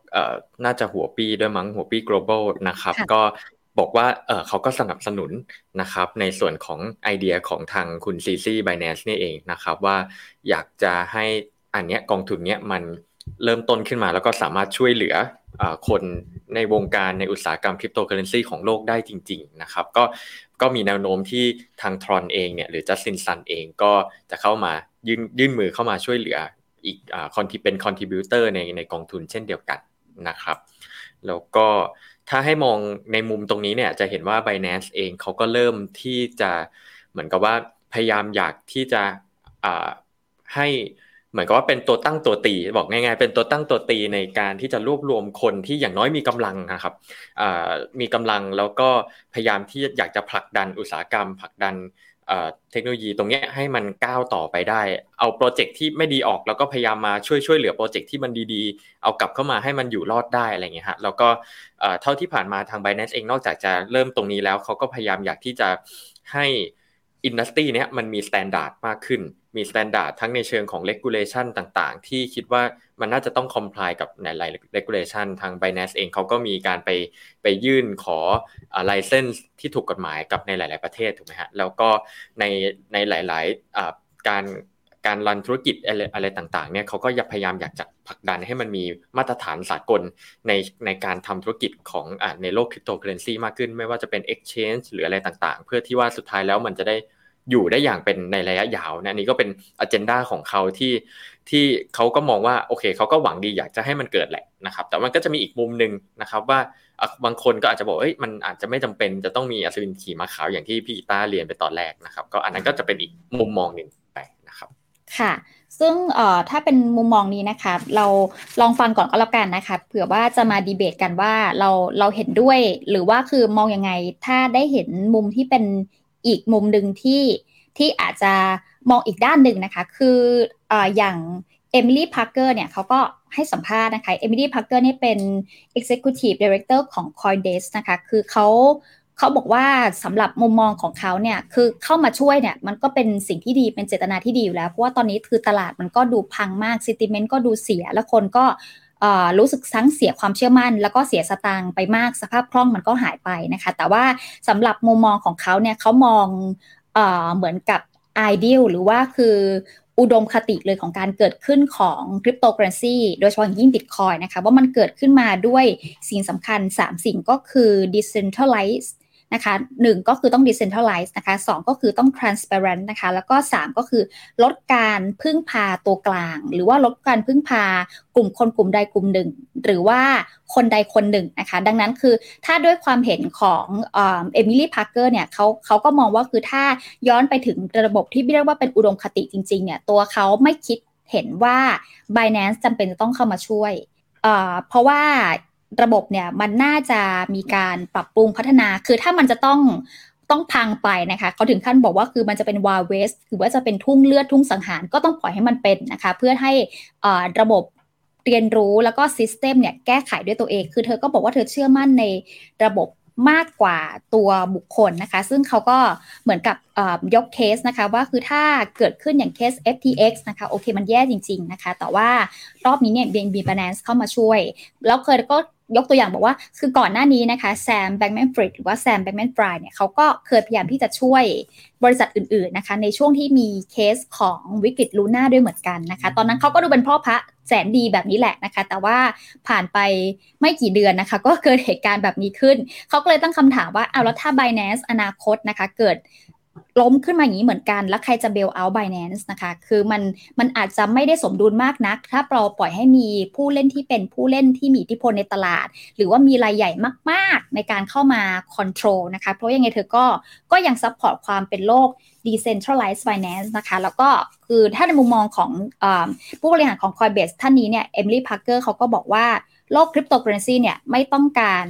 น่าจะหัวปีด้วยมั้งหัวปี global นะครับก็บอกว่าเขาก็สนับสนุนนะครับในส่วนของไอเดียของทางคุณซีซี่ Binance นี่เองนะครับว่าอยากจะให้อันเนี้ยกองทุนเนี้ยมันเริ่มต้นขึ้นมาแล้วก็สามารถช่วยเหลือคนในวงการในอุตสาหกรรมคริปโตเคอเรนซีของโลกได้จริงๆนะครับก็มีแนวโน้มที่ทาง Tron เองเนี่ยหรือ Justin Sun เองก็จะเข้ามายื่นมือเข้ามาช่วยเหลืออีกเป็น contributor ในกองทุนเช่นเดียวกันนะครับแล้วก็ถ้าให้มองในมุมตรงนี้เนี่ยจะเห็นว่า Binance เองเขาก็เริ่มที่จะเหมือนกับว่าพยายามอยากที่จะให้เหมือนกับว่าเป็นตัวตั้งตัวตีบอกง่ายๆเป็นตัวตั้งตัวตีในการที่จะรวบรวมคนที่อย่างน้อยมีกำลังนะครับมีกำลังแล้วก็พยายามที่อยากจะผลักดันอุตสาหกรรมผลักดันเทคโนโลยีตรงนี้ให้มันก้าวต่อไปได้เอาโปรเจกต์ที่ไม่ดีออกแล้วก็พยายามมาช่วยเหลือโปรเจกต์ที่มันดีๆเอากลับเข้ามาให้มันอยู่รอดได้อะไรอย่างเงี้ยฮะแล้วก็เท่าที่ผ่านมาทาง Binance เองนอกจากจะเริ่มตรงนี้แล้วเขาก็พยายามอยากที่จะให้อินดัสทรีเนี้ยมันมีสแตนดาร์ดมากขึ้นมีสแตนดาร์ดทั้งในเชิงของ regulation ต่างๆที่คิดว่ามันน่าจะต้อง comply กับในหลาย regulation ทาง Binance เองเขาก็มีการไปยื่นขอlicense ที่ถูกกฎหมายกับในหลายๆประเทศถูกไหมฮะแล้วก็ในหลายๆการรันธุรกิจอะไรต่างๆเนี่ยเขาก็พยายามอยากจะผลักดันให้มันมีมาตรฐานสากลในการทำธุรกิจของในโลกคริปโตเคอเรนซีมากขึ้นไม่ว่าจะเป็น exchange หรืออะไรต่างๆเพื่อที่ว่าสุดท้ายแล้วมันจะได้อยู่ได้อย่างเป็นในระยะยาวนะนี่ก็เป็น agenda ของเขาที่เขาก็มองว่าโอเคเขาก็หวังดีอยากจะให้มันเกิดแหละนะครับแต่มันก็จะมีอีกมุมนึงนะครับว่าบางคนก็อาจจะบอกมันอาจจะไม่จำเป็นจะต้องมีอัศวินขี่ม้าขาวอย่างที่พี่อีต้าเรียนไปตอนแรกนะครับก็อันนั้นก็จะเป็นอีกมุมมองนึงไปนะครับค่ะซึ่งถ้าเป็นมุมมองนี้นะคะเราลองฟังก่อนก็แล้วกันนะคะเผื่อว่าจะมาดีเบตกันว่าเราเห็นด้วยหรือว่าคือมองยังไงถ้าได้เห็นมุมที่เป็นอีกมุมหนึ่งที่อาจจะมองอีกด้านหนึ่งนะคะคืออย่างเอมิลี่พาร์เกอร์เนี่ยเขาก็ให้สัมภาษณ์นะคะเอมิลี่พาร์เกอร์นี่เป็น Executive Director ของ Coindesk นะคะคือเขาบอกว่าสำหรับมุมมองของเขาเนี่ยคือเข้ามาช่วยเนี่ยมันก็เป็นสิ่งที่ดีเป็นเจตนาที่ดีอยู่แล้วเพราะว่าตอนนี้คือตลาดมันก็ดูพังมาก sentiment ก็ดูเสียแล้วคนก็รู้สึกทั้งเสียความเชื่อมั่นแล้วก็เสียสตางค์ไปมากสภาพคล่องมันก็หายไปนะคะแต่ว่าสำหรับมุมมองของเขาเนี่ยเขามองเหมือนกับ ideal หรือว่าคืออุดมคติเลยของการเกิดขึ้นของคริปโตเคอเรนซีโดยเฉพาะอย่างยิ่ง Bitcoin นะคะว่ามันเกิดขึ้นมาด้วยสิ่งสำคัญ3สิ่งก็คือ decentralizedนะคะ1ก็คือต้อง decentralize นะคะ2ก็คือต้อง transparent นะคะแล้วก็3ก็คือลดการพึ่งพาตัวกลางหรือว่าลดการพึ่งพากลุ่มคนกลุ่มใดกลุ่มหนึ่งหรือว่าคนใดคนหนึ่งนะคะดังนั้นคือถ้าด้วยความเห็นของเอมิลี่พาร์เกอร์เนี่ยเขาก็มองว่าคือถ้าย้อนไปถึงระบบที่เรียกว่าเป็นอุดมคติจริงๆเนี่ยตัวเขาไม่คิดเห็นว่า Binance จำเป็นจะต้องเข้ามาช่วยเพราะว่าระบบเนี่ยมันน่าจะมีการปรับปรุงพัฒนาคือถ้ามันจะต้องพังไปนะคะเขาถึงขั้นบอกว่าคือมันจะเป็น Wild West หรือว่าจะเป็นทุ่งเลือดทุ่งสังหารก็ต้องปล่อยให้มันเป็นนะคะเพื่อให้ระบบเรียนรู้แล้วก็ซิสเต็มเนี่ยแก้ไขด้วยตัวเองคือเธอก็บอกว่าเธอเชื่อมั่นในระบบมากกว่าตัวบุคคลนะคะซึ่งเขาก็เหมือนกับยกเคสนะคะว่าคือถ้าเกิดขึ้นอย่างเคส FTX นะคะโอเคมันแย่จริงๆนะคะแต่ว่ารอบนี้เนี่ยมี Binance เข้ามาช่วยแล้วเคยก็ยกตัวอย่างบอกว่าคือก่อนหน้านี้นะคะแซมแบงก์แมนฟริดหรือว่าแซมแบงก์แมนฟรายเนี่ยเขาก็เคยพยายามที่จะช่วยบริษัทอื่นๆนะคะในช่วงที่มีเคสของวิกฤตลูน่าด้วยเหมือนกันนะคะตอนนั้นเขาก็ดูเป็นพ่อพระแสนดีแบบนี้แหละนะคะแต่ว่าผ่านไปไม่กี่เดือนนะคะก็เกิดเหตุการณ์แบบนี้ขึ้นเขาก็เลยตั้งคำถามว่าเอาแล้วถ้า Binance อนาคตนะคะเกิดล้มขึ้นมาอย่างนี้เหมือนกันแล้วใครจะ bail out Binance นะคะคือมันอาจจะไม่ได้สมดุลมากนักถ้าเราปล่อยให้มีผู้เล่นที่เป็นผู้เล่นที่มีอิทธิพลในตลาดหรือว่ามีรายใหญ่มากๆในการเข้ามา control นะคะเพราะยังไงเธอก็ยัง support ความเป็นโลก decentralized finance นะคะแล้วก็คือถ้าในมุมมองของผู้บริหารของ Coinbase ท่านนี้เนี่ย Emily Parker เขาก็บอกว่าโลก cryptocurrency เนี่ยไม่ต้องการ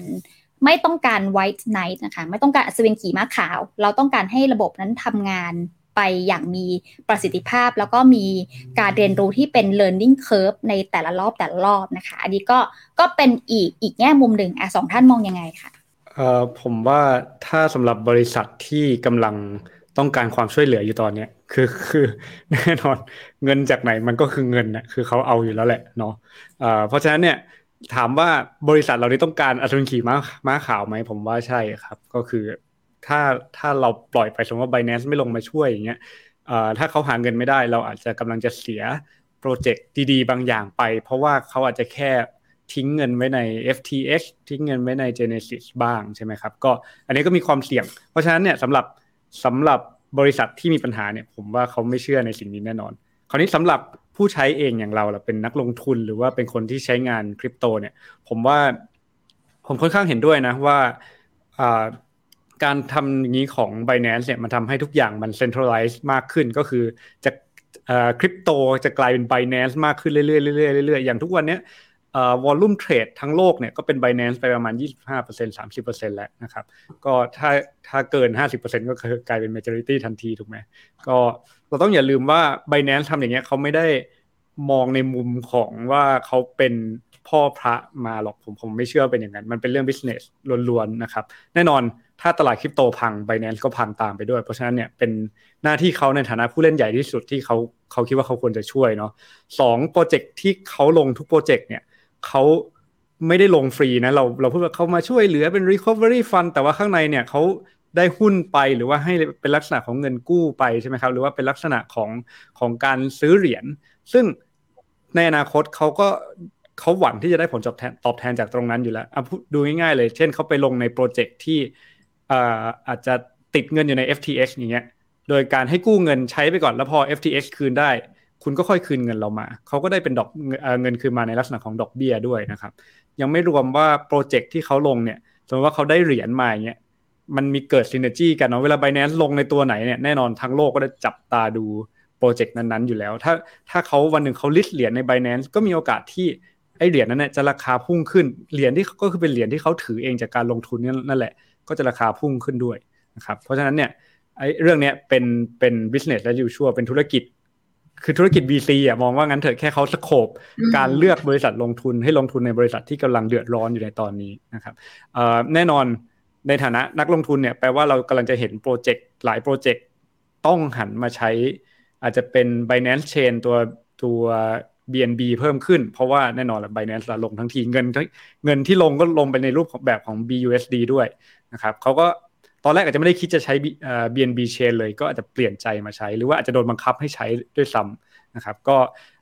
white knight นะคะไม่ต้องการอัศวินขี่ม้าขาวเราต้องการให้ระบบนั้นทำงานไปอย่างมีประสิทธิภาพแล้วก็มีการเรียนรู้ที่เป็น learning curve ในแต่ละรอบนะคะอันนี้ก็เป็นอีกแง่มุมหนึ่งสองท่านมองยังไงคะผมว่าถ้าสำหรับบริษัทที่กำลังต้องการความช่วยเหลืออยู่ตอนนี้คือแน่นอนเงินจากไหนมันก็คือเงินนะคือเขาเอาอยู่แล้วแหละเนาะเพราะฉะนั้นเนี่ยถามว่าบริษัทเรานี้ต้องการอัศวินขี่ม้าขาวไหมผมว่าใช่ครับก็คือถ้าเราปล่อยไปสมมติว่า Binance ไม่ลงมาช่วยอย่างเงี้ยถ้าเขาหาเงินไม่ได้เราอาจจะกำลังจะเสียโปรเจกต์ดีๆบางอย่างไปเพราะว่าเขาอาจจะแค่ทิ้งเงินไว้ใน FTX ทิ้งเงินไว้ใน Genesis บ้างใช่ไหมครับก็อันนี้ก็มีความเสี่ยงเพราะฉะนั้นเนี่ยสำหรับบริษัทที่มีปัญหาเนี่ยผมว่าเขาไม่เชื่อในสิ่งนี้แน่นอนคราวนี้สำหรับผู้ใช้เองอย่างเราเป็นนักลงทุนหรือว่าเป็นคนที่ใช้งานคริปโตเนี่ยผมค่อนข้างเห็นด้วยนะว่าการทำอย่างนี้ของ Binance เนี่ยมันทำให้ทุกอย่างมัน centralize มากขึ้นก็คือจะคริปโตจะกลายเป็น Binance มากขึ้นเรื่อยๆเรื่อยๆเรื่อยๆอย่างทุกวันนี้volume trade ทั้งโลกเนี่ยก็เป็น Binance ไปประมาณ 25% 30% แล้วนะครับก็ถ้าเกิน 50% ก็คือกลายเป็น majority ทันทีถูกไหมก็เราต้องอย่าลืมว่า Binance ทำอย่างเงี้ยเขาไม่ได้มองในมุมของว่าเขาเป็นพ่อพระมาหรอกผมไม่เชื่อเป็นอย่างนั้นมันเป็นเรื่อง business ล้วนๆนะครับแน่นอนถ้าตลาดคริปโตพัง Binance ก็พังตามไปด้วยเพราะฉะนั้นเนี่ยเป็นหน้าที่เขาในฐานะผู้เล่นใหญ่ที่สุดที่เขาคิดว่าเขาควรจะช่วยเนาะ2โปรเจกต์ที่เขาลงทุกโปรเจกต์เนี่ยเขาไม่ได้ลงฟรีนะเราพูดว่าเขามาช่วยเหลือเป็น recovery fund แต่ว่าข้างในเนี่ยเขาได้หุ้นไปหรือว่าให้เป็นลักษณะของเงินกู้ไปใช่ไหมครับหรือว่าเป็นลักษณะของการซื้อเหรียญซึ่งในอนาคตเขาหวังที่จะได้ผลตอบแทนจากตรงนั้นอยู่แล้วดูง่ายๆเลยเช่นเขาไปลงในโปรเจกต์ที่อาจจะติดเงินอยู่ใน FTX อย่างเงี้ยโดยการให้กู้เงินใช้ไปก่อนแล้วพอ FTX คืนได้คุณก็ค่อยคืนเงินเรามาเขาก็ได้เป็นเงินคืนมาในลักษณะของดอกเบี้ยด้วยนะครับยังไม่รวมว่าโปรเจกต์ที่เขาลงเนี่ยสมมติว่าเขาได้เหรียญมาอย่างเงี้ยมันมีเกิดซินเนอร์จี้กันเนาะเวลา Binance ลงในตัวไหนเนี่ยแน่นอนทั้งโลกก็จะจับตาดูโปรเจกต์นั้นๆอยู่แล้วถ้าเขาวันหนึ่งเขาลิสต์เหรียญใน Binance ก็มีโอกาสที่ไอ้เหรียญนั้นเนี่ยจะราคาพุ่งขึ้นเหรียญที่ก็คือเป็นเหรียญที่เขาถือเองจากการลงทุนนั่นแหละก็จะราคาพุ่งขึ้นด้วยนะครับเพราะฉะนั้นเนี่ยไอ้เรื่องนี้เป็น business as usual เป็นธุรกิจคือธุรกิจ VC มองว่างั้นเถอะแค่เขาสโคปการเลือกบริษัทลงทุนให้ลงทุนในบริษัทที่กำลังเดือดร้อนอยู่ในตอนนี้นะครับแน่นอนในฐานะนักลงทุนเนี่ยแปลว่าเรากำลังจะเห็นโปรเจกต์หลายโปรเจกต์ต้องหันมาใช้อาจจะเป็น Binance Chain ตัว BNB เพิ่มขึ้นเพราะว่าแน่นอนแหละ Binance ลงทั้งทีเงินที่ลงก็ลงไปในรูปของแบบของ BUSD ด้วยนะครับเขาก็ตอนแรกอาจจะไม่ได้คิดจะใช้BNB Chain เลยก็อาจจะเปลี่ยนใจมาใช้หรือว่าอาจจะโดนบังคับให้ใช้ด้วยซ้ำนะครับก็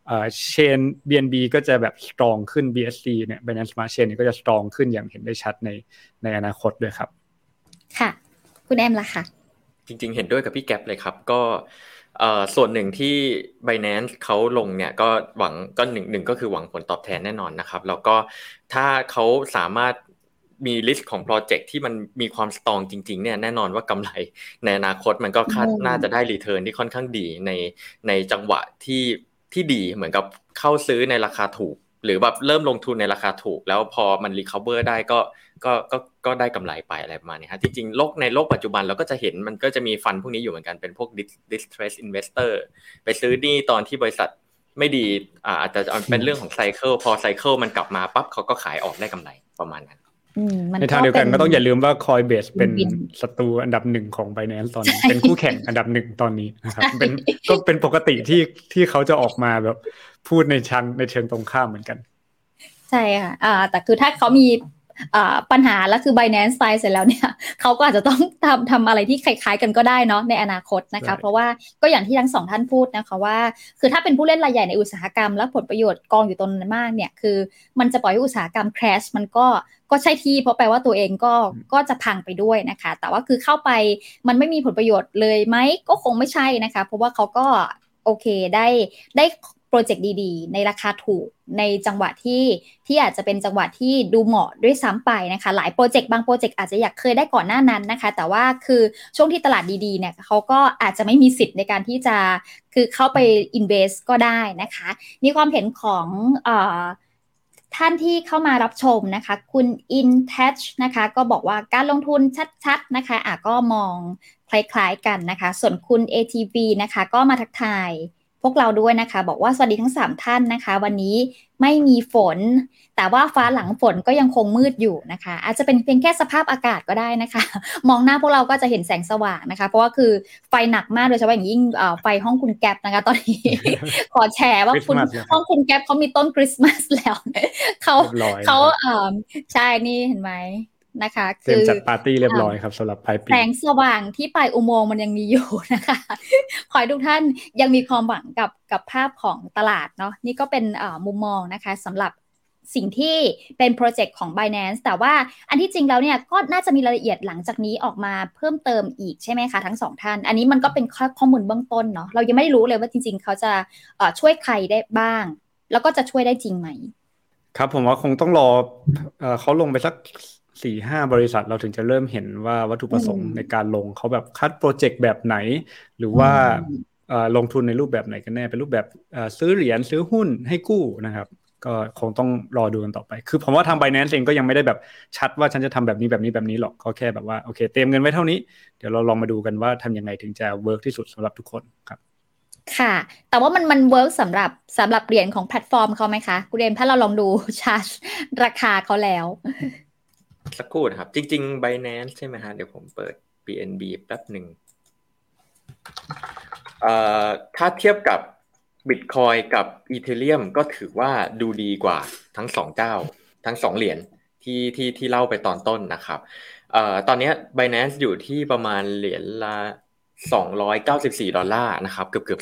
Chain BNB ก็จะแบบ strong ขึ้น BSC เนี่ย Binance Smart Chain เนี่ยก็จะ strong ขึ้นอย่างเห็นได้ชัดในอนาคตด้วยครับค่ะคุณแอมล่ะค่ะจริงๆเห็นด้วยกับพี่แก๊ปเลยครับก็ส่วนหนึ่งที่ Binance เขาลงเนี่ยก็หวังก็หนึ่งก็คือหวังผลตอบแทนแน่นอนนะครับแล้วก็ถ้าเขาสามารถมีลิสต์ของโปรเจกต์ที่มันมีความสตรองจริงๆเนี่ยแน่นอนว่ากำไรในอนาคตมันก็น่าจะได้รีเทิร์นที่ค่อนข้างดีในจังหวะที่ดีเหมือนกับเข้าซื้อในราคาถูกหรือแบบเริ่มลงทุนในราคาถูกแล้วพอมันรีคัฟเวอร์ได้ก็ได้กำไรไปอะไรประมาณนี้ฮะจริงๆในโลกปัจจุบันเราก็จะเห็นมันก็จะมีฟันพวกนี้อยู่เหมือนกันเป็นพวก distressed investor ไปซื้อนี่ตอนที่บริษัทไม่ดีอาจจะเป็นเรื่องของไซเคิลพอไซเคิลมันกลับมาปั๊บเขาก็ขายออกได้กำไรประมาณนั้นในทางเดียวกันก็ต้องอย่าลืมว่า Coinbase เป็นศัตรูอันดับ1ของ Binance ตอนนี้เป็นคู่แข่งอันดับ1ตอนนี้นะครับก็เป็นปกติที่เขาจะออกมาแบบพูดในเชิงตรงข้ามเหมือนกันใช่ค่ะแต่คือถ้าเขามีปัญหาแล้วคือ Binance ตายเสร็จแล้วเนี่ยเขาก็อาจจะต้องทำอะไรที่คล้ายๆกันก็ได้เนาะในอนาคตนะคะเพราะว่าก็อย่างที่ทั้งสองท่านพูดนะคะว่าคือถ้าเป็นผู้เล่นรายใหญ่ในอุตสาหกรรมแล้วผลประโยชน์กองอยู่ตรงนั้นมากเนี่ยคือมันจะปล่อยให้อุตสาหกรรม crash มันก็ใช่ที่เพราะแปลว่าตัวเองก็จะพังไปด้วยนะคะแต่ว่าคือเข้าไปมันไม่มีผลประโยชน์เลยไหมก็คงไม่ใช่นะคะเพราะว่าเขาก็โอเคได้โปรเจกต์ดีๆในราคาถูกในจังหวะที่อาจจะเป็นจังหวะที่ดูเหมาะด้วยซ้ำไปนะคะหลายโปรเจกต์บางโปรเจกต์อาจจะเคยได้ก่อนหน้านั้นนะคะแต่ว่าคือช่วงที่ตลาดดีๆเนี่ยเขาก็อาจจะไม่มีสิทธิ์ในการที่จะคือเข้าไป invest ก็ได้นะคะนี่ความเห็นของท่านที่เข้ามารับชมนะคะคุณ InTouch นะคะก็บอกว่าการลงทุนชัดๆนะคะก็มองคล้ายๆกันนะคะส่วนคุณ ATV นะคะก็มาทักทายพวกเราด้วยนะคะบอกว่าสวัสดีทั้ง3ท่านนะคะวันนี้ไม่มีฝนแต่ว่าฟ้าหลังฝนก็ยังคงมืดอยู่นะคะอาจจะเป็นเพียงแค่สภาพอากาศก็ได้นะคะมองหน้าพวกเราก็จะเห็นแสงสว่างนะคะเพราะว่าคือไฟหนักมากโดยเฉพาะอย่างยิ่งไฟห้องคุณแก๊ปนะคะตอนนี้ ขอแชร์ว่าห้องคุณแก๊ปเขามีต้นคริสต์มาสแล้วเขาใช่นี่เห็นไหมนะคะคือจัดปาร์ตี้เรียบร้อยครับสำหรับปลายปีแสงสว่างที่ปลายอุโมงค์มันยังมีอยู่นะคะขอให้ทุกท่านยังมีความหวังกับภาพของตลาดเนาะนี่ก็เป็นมุมมองนะคะสำหรับสิ่งที่เป็นโปรเจกต์ของ Binance แต่ว่าอันที่จริงแล้วเนี่ยก็น่าจะมีรายละเอียดหลังจากนี้ออกมาเพิ่มเติมอีกใช่ไหมคะทั้ง2ท่านอันนี้มันก็เป็นข้อมูลเบื้องต้นเนาะเรายังไม่ได้รู้เลยว่าจริงๆเขาจะช่วยใครได้บ้างแล้วก็จะช่วยได้จริงไหมครับผมว่าคงต้องรอเขาลงไปสัก 4-5 บริษัทเราถึงจะเริ่มเห็นว่าวัตถุประสงค์ในการลงเขาแบบคัดโปรเจกต์แบบไหนหรือว่าลงทุนในรูปแบบไหนกันแน่เป็นรูปแบบซื้อเหรียญซื้อหุ้นให้กู้นะครับก็คงต้องรอดูกันต่อไปคือผมว่าทาง Binance เองก็ยังไม่ได้แบบชัดว่าฉันจะทำแบบนี้หรอกเขาแค่แบบว่าโอเคเตรียมเงินไว้เท่านี้เดี๋ยวเราลองมาดูกันว่าทำยังไงถึงจะเวิร์กที่สุดสำหรับทุกคนครับค่ะแต่ว่ามันเวิร์กสำหรับเหรียญของแพลตฟอร์มเขาไหมคะคุณเรนถ้าเราลองดูชาร์จราคาเขาแล้วสักครู่นะครับจริงๆ Binance ใช่ไหมฮะเดี๋ยวผมเปิด BNB แป๊บหนึ่งถ้าเทียบกับ Bitcoin กับ Ethereum ก็ถือว่าดูดีกว่าทั้ง2เจ้าทั้ง2เหรียญที่เล่าไปตอนต้นนะครับตอนนี้ Binance อยู่ที่ประมาณเหรียญละ$294นะครับเกือบ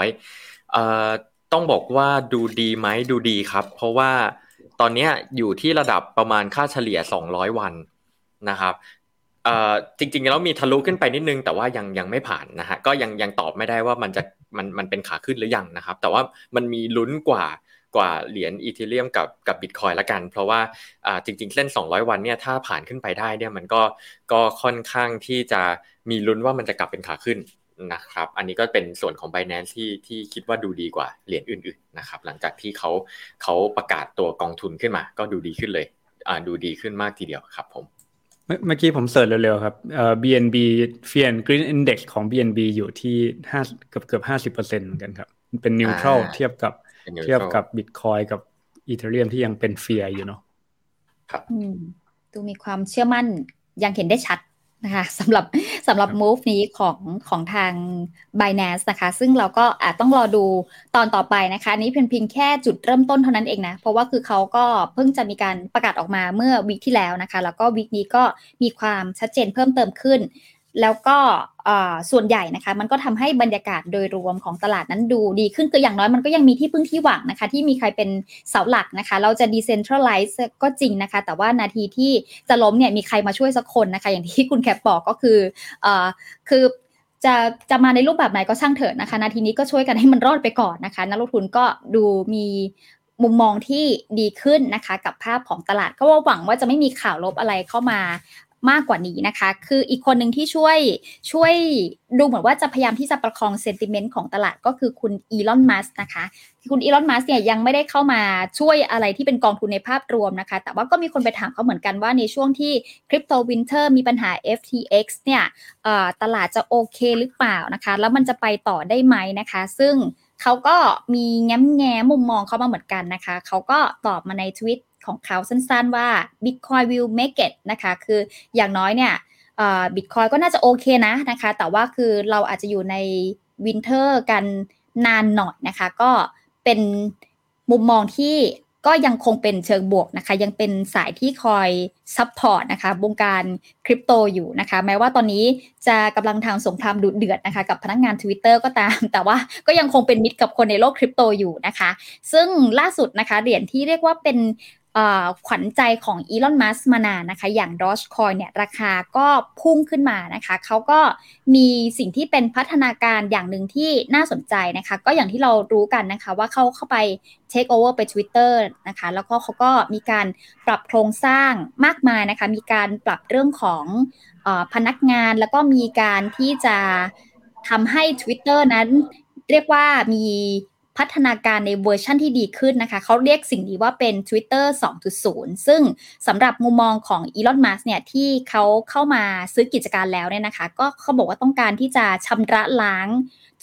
300ต้องบอกว่าดูดีไหมดูดีครับเพราะว่าตอนนี้อยู่ที่ระดับประมาณค่าเฉลี่ย200วันนะครับจริงๆแล้วมีทะลุขึ้นไปนิดนึงแต่ว่ายังไม่ผ่านนะฮะก็ยังตอบไม่ได้ว่ามันเป็นขาขึ้นหรือยังนะครับแต่ว่ามันมีลุ้นกว่าเหรียญอีเธเรียมกับ Bitcoin ละกันเพราะว่าจริงๆเส้น200วันเนี่ยถ้าผ่านขึ้นไปได้เนี่ยมันก็ค่อนข้างที่จะมีลุ้นว่ามันจะกลับเป็นขาขึ้นนะครับอันนี้ก็เป็นส่วนของ Binance ที่คิดว่าดูดีกว่าเหรียญอื่นๆนะครับหลังจากที่เขาประกาศตัวกองทุนขึ้นมาก็ดูดีขึ้นเลยดูดีขึ้นมากทีเดียวครับผมเมื่อกี้ผมเสิร์ชเร็วๆครับBNB Fear and Greed Index ของ BNB อยู่ที่เกือบ 50% เหมือนกันครับเป็น neutral เทียบกับ Bitcoin กับ Ethereum ที่ยังเป็น Fear อยู่เนาะครับดูมีความเชื่อมั่นยังเห็นได้ชัดนะคะสำหรับ move นี้ของทาง Binance นะคะซึ่งเราก็อาจต้องรอดูตอนต่อไปนะคะนี้เพียงแค่จุดเริ่มต้นเท่านั้นเองนะเพราะว่าคือเขาก็เพิ่งจะมีการประกาศออกมาเมื่อวีคที่แล้วนะคะแล้วก็วีคนี้ก็มีความชัดเจนเพิ่มเติมขึ้นแล้วก็ส่วนใหญ่นะคะมันก็ทำให้บรรยากาศโดยรวมของตลาดนั้นดูดีขึ้นคืออย่างน้อยมันก็ยังมีที่พึ่งที่หวังนะคะที่มีใครเป็นเสาหลักนะคะเราจะ decentralize ก็จริงนะคะแต่ว่านาทีที่จะล้มเนี่ยมีใครมาช่วยสักคนนะคะอย่างที่คุณแคปบอกก็คือจะมาในรูปแบบไหนก็ช่างเถอะนะคะนาทีนี้ก็ช่วยกันให้มันรอดไปก่อนนะคะนักลงทุนก็ดูมีมุมมองที่ดีขึ้นนะคะกับภาพของตลาดก็หวังว่าจะไม่มีข่าวลบอะไรเข้ามามากกว่านี้นะคะคืออีกคนหนึ่งที่ช่วยดูเหมือนว่าจะพยายามที่จะประคองเซนติเมนต์ของตลาดก็คือคุณอีลอนมัสก์นะคะคุณอีลอนมัสก์เนี่ยยังไม่ได้เข้ามาช่วยอะไรที่เป็นกองทุนในภาพรวมนะคะแต่ว่าก็มีคนไปถามเขาเหมือนกันว่าในช่วงที่คริปโตวินเทอร์มีปัญหา FTX เนี่ยตลาดจะโอเคหรือเปล่านะคะแล้วมันจะไปต่อได้ไหมนะคะซึ่งเขาก็มีแง้มมุมมองเขามาเหมือนกันนะคะเขาก็ตอบมาในทวิตของเขาสั้นๆว่า Bitcoin will make it นะคะคืออย่างน้อยเนี่ยBitcoin ก็น่าจะโอเคนะคะแต่ว่าคือเราอาจจะอยู่ในวินเทอร์กันนานหน่อยนะคะก็เป็นมุมมองที่ก็ยังคงเป็นเชิงบวกนะคะยังเป็นสายที่คอยซัพพอร์ตนะคะวงการคริปโตอยู่นะคะแม้ว่าตอนนี้จะกำลังทางสงครามดุเดือดนะคะกับพนักงาน Twitter ก็ตามแต่ว่าก็ยังคงเป็นมิตรกับคนในโลกคริปโตอยู่นะคะซึ่งล่าสุดนะคะเหรียญที่เรียกว่าเป็นขวัญใจของอีลอนมัสก์มานานนะคะอย่าง Dogecoin เนี่ยราคาก็พุ่งขึ้นมานะคะเขาก็มีสิ่งที่เป็นพัฒนาการอย่างหนึ่งที่น่าสนใจนะคะก็อย่างที่เรารู้กันนะคะว่าเข้าไป take over ไป Twitter นะคะแล้วก็เขาก็มีการปรับโครงสร้างมากมายนะคะมีการปรับเรื่องของพนักงานแล้วก็มีการที่จะทำให้ Twitter นั้นเรียกว่ามีพัฒนาการในเวอร์ชันที่ดีขึ้นนะคะเขาเรียกสิ่งนี้ว่าเป็น Twitter 2.0 ซึ่งสำหรับมุมมองของอีลอนมัสก์เนี่ยที่เขาเข้ามาซื้อกิจการแล้วเนี่ยนะคะก็เขาบอกว่าต้องการที่จะชำระล้าง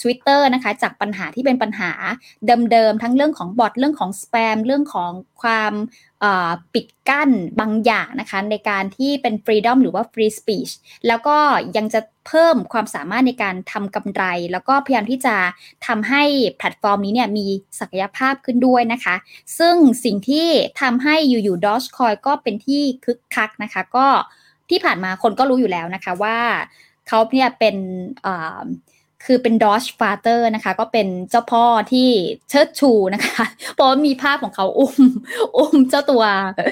Twitter นะคะจากปัญหาที่เป็นปัญหาเดิมๆทั้งเรื่องของบอทเรื่องของสแปมเรื่องของความปิดกั้นบางอย่างนะคะในการที่เป็น freedom หรือว่า free speech แล้วก็ยังจะเพิ่มความสามารถในการทำกำไรแล้วก็พยายามที่จะทำให้แพลตฟอร์มนี้เนี่ยมีศักยภาพขึ้นด้วยนะคะซึ่งสิ่งที่ทำให้อยู่ๆ Dogecoin ก็เป็นที่คึกคักนะคะก็ที่ผ่านมาคนก็รู้อยู่แล้วนะคะว่าเขาเนี่ยเป็นคือเป็น Doge Father นะคะก็เป็นเจ้าพ่อที่เชิดชูนะคะเพราะมีภาพของเขาอุ้มเจ้าตัว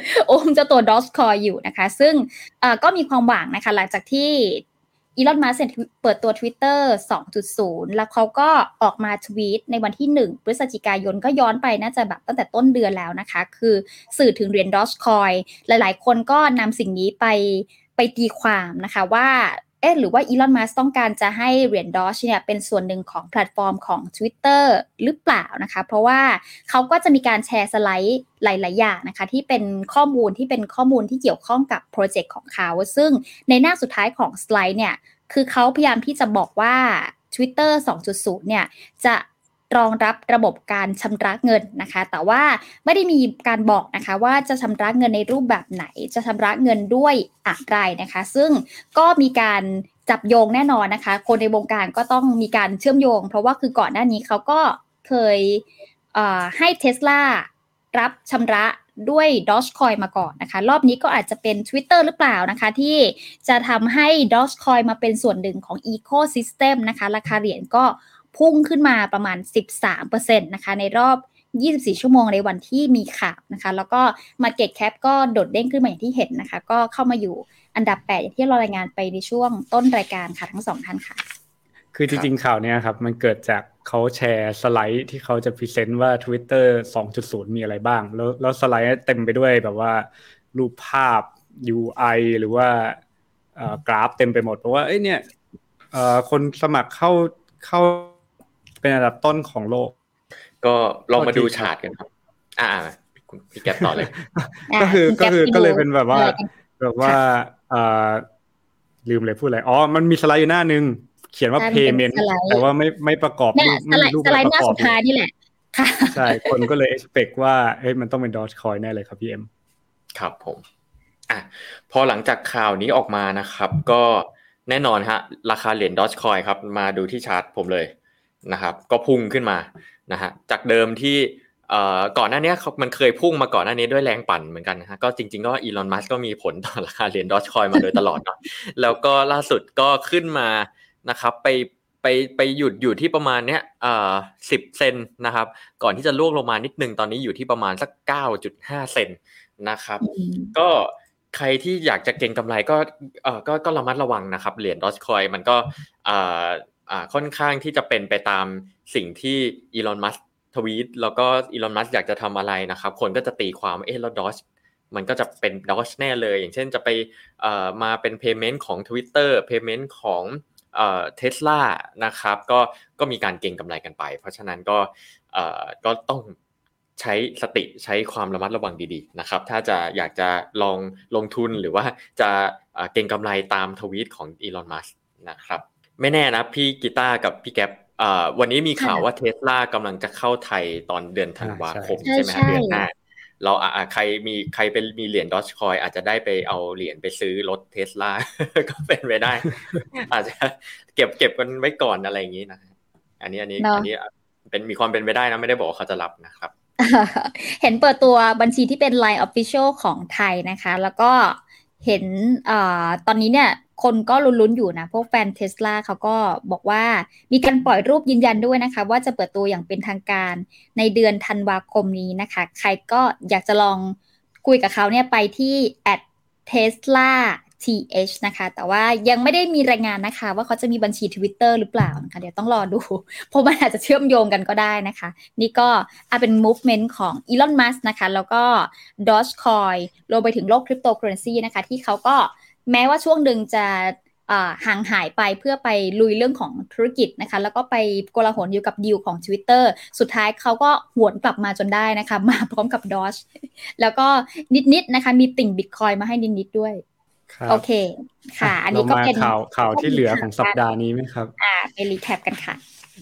Dogecoin อยู่นะคะซึ่งก็มีความหวังนะคะหลังจากที่อีลอน มัสก์เปิดตัว Twitter 2.0 แล้วเขาก็ออกมาทวีตในวันที่1พฤศจิกายนก็ย้อนไปน่าจะแบบตั้งแต่ต้นเดือนแล้วนะคะคือสื่อถึงเหรียญ Dogecoin หลายๆคนก็นำสิ่งนี้ไปตีความนะคะว่าหรือว่าอีลอน มัสก์ต้องการจะให้เหรียญ Doge เนี่ยเป็นส่วนหนึ่งของแพลตฟอร์มของ Twitter หรือเปล่านะคะเพราะว่าเขาก็จะมีการแชร์สไลด์หลายๆอย่างนะคะที่เป็นข้อมูลที่เกี่ยวข้องกับโปรเจกต์ของเขาซึ่งในหน้าสุดท้ายของสไลด์เนี่ยคือเขาพยายามที่จะบอกว่า Twitter 2.0 เนี่ยจะรองรับระบบการชำระเงินนะคะแต่ว่าไม่ได้มีการบอกนะคะว่าจะชำระเงินในรูปแบบไหนจะชำระเงินด้วยอะไรนะคะซึ่งก็มีการจับโยงแน่นอนนะคะคนในวงการก็ต้องมีการเชื่อมโยงเพราะว่าคือก่อนหน้านี้เขาก็เคยให้ Tesla รับชำระด้วย Dogecoin มาก่อนนะคะรอบนี้ก็อาจจะเป็น Twitter หรือเปล่านะคะที่จะทำให้ Dogecoin มาเป็นส่วนหนึ่งของ Ecosystem นะคะราคาเหรียญก็พุ่งขึ้นมาประมาณ 13% นะคะในรอบ24ชั่วโมงในวันที่มีข่าวนะคะแล้วก็ Market Cap ก็โดดเด้งขึ้นมาอย่างที่เห็นนะคะก็เข้ามาอยู่อันดับ8อย่างที่เรารายงานไปในช่วงต้นรายการค่ะทั้งสองท่านค่ะคือจริงๆข่าวนี้ครับมันเกิดจากเขาแชร์สไลด์ที่เขาจะพรีเซนต์ว่า Twitter 2.0 มีอะไรบ้างแล้วสไลด์เต็มไปด้วยแบบว่ารูปภาพ UI หรือว่ากราฟเต็มไปหมดเพราะว่าเนี่ยคนสมัครเข้าเป็นอันดับต้นของโลกก็ลองมาดูชาร์ตกันครับพี่แก๊ปต่อเลยก็เลยเป็นแบบว่าลืมเลยพูดอะไรมันมีสไลด์อยู่หน้านึงเขียนว่า payment แต่ว่าไม่ประกอบรูปสไลด์หน้าสุดท้ายนี่แหละค่ะใช่คนก็เลย expect ว่ามันต้องเป็น Dogecoin แน่เลยครับพี่เอ็มครับผมพอหลังจากข่าวนี้ออกมานะครับก็แน่นอนฮะราคาเหรียญ Dogecoin ครับมาดูที่ชาร์ตผมเลยนะครับก็พุ่งขึ้นมานะฮะจากเดิมที่ก่อนหน้านี้มันเคยพุ่งมาก่อนหน้านี้ด้วยแรงปั่นเหมือนกันนะฮะก็จริงๆก็อีลอน มัสก์ก็มีผลต่อราคาเหรียญ Dogecoin มาโดยตลอดเนาะแล้วก็ล่าสุดก็ขึ้นมานะครับไปหยุดอยู่ที่ประมาณเนี้ย10 เซนนะครับก่อนที่จะล่วงลงมานิดนึงตอนนี้อยู่ที่ประมาณสัก 9.5 เซนนะครับก็ใครที่อยากจะเก็งกำไรก็ระมัดระวังนะครับเหรียญ Dogecoin มันก็ค่อนข้างที่จะเป็นไปตามสิ่งที่อีลอน มัสก์ทวีตแล้วก็อีลอน มัสก์อยากจะทำอะไรนะครับคนก็จะตีความแล้ว Doge มันก็จะเป็น Doge แน่เลยอย่างเช่นจะไปมาเป็น payment ของ Twitter payment ของTesla นะครับก็มีการเก็งกำไรกันไปเพราะฉะนั้นก็ต้องใช้สติใช้ความระมัดระวังดีๆนะครับถ้าจะอยากจะลองลงทุนหรือว่าจะเก็งกำไรตามทวีตของอีลอน มัสก์นะครับไม่แน่นะพี่กีตาร์กับพี่แก๊ปวันนี้มีข่าวว่า Tesla กำลังจะเข้าไทยตอนเดือนธันวาคมใช่ไหมเดือนหน้าเราใครเป็นมีเหรียญ Dogecoin อาจจะได้ไปเอาเหรียญไปซื้อรถ Tesla ก็เป็นไปได้ อาจจะเก็บกันไว้ก่อนอะไรอย่างนี้นะอันนี้เป็นมีความเป็นไปได้นะไม่ได้บอกว่าเขาจะรับนะครับเห็นเปิดตัวบัญชีที่เป็น Line Official ของไทยนะคะแล้วก็เห็นตอนนี้เนี่ยคนก็ลุ้นๆอยู่นะพวกแฟน Tesla เขาก็บอกว่ามีการปล่อยรูปยืนยันด้วยนะคะว่าจะเปิดตัวอย่างเป็นทางการในเดือนธันวาคมนี้นะคะใครก็อยากจะลองคุยกับเขาเนี่ยไปที่ @teslath นะคะแต่ว่ายังไม่ได้มีรายงานนะคะว่าเขาจะมีบัญชี Twitter หรือเปล่านะคะเดี๋ยวต้องรอดูเพราะมันอาจจะเชื่อมโยงกันก็ได้นะคะนี่ก็เป็น movement ของ Elon Musk นะคะแล้วก็ Dogecoin รวมไปถึงโลกคริปโตเคอเรนซีนะคะที่เขาก็แม้ว่าช่วงหนึ่งจะห่างหายไปเพื่อไปลุยเรื่องของธุรกิจนะคะแล้วก็ไปโกลาหลอยู่กับดีลของ Twitter สุดท้ายเขาก็หวนกลับมาจนได้นะคะมาพร้อมกับ Doge แล้วก็นิดๆนะคะมีติ่ง Bitcoin มาให้นิดๆด้วยโอเคค่ะอันนี้ก็เป็นข่าวที่เหลือของสัปดาห์นี้ไหมครับไปรีแคปกันค่ะ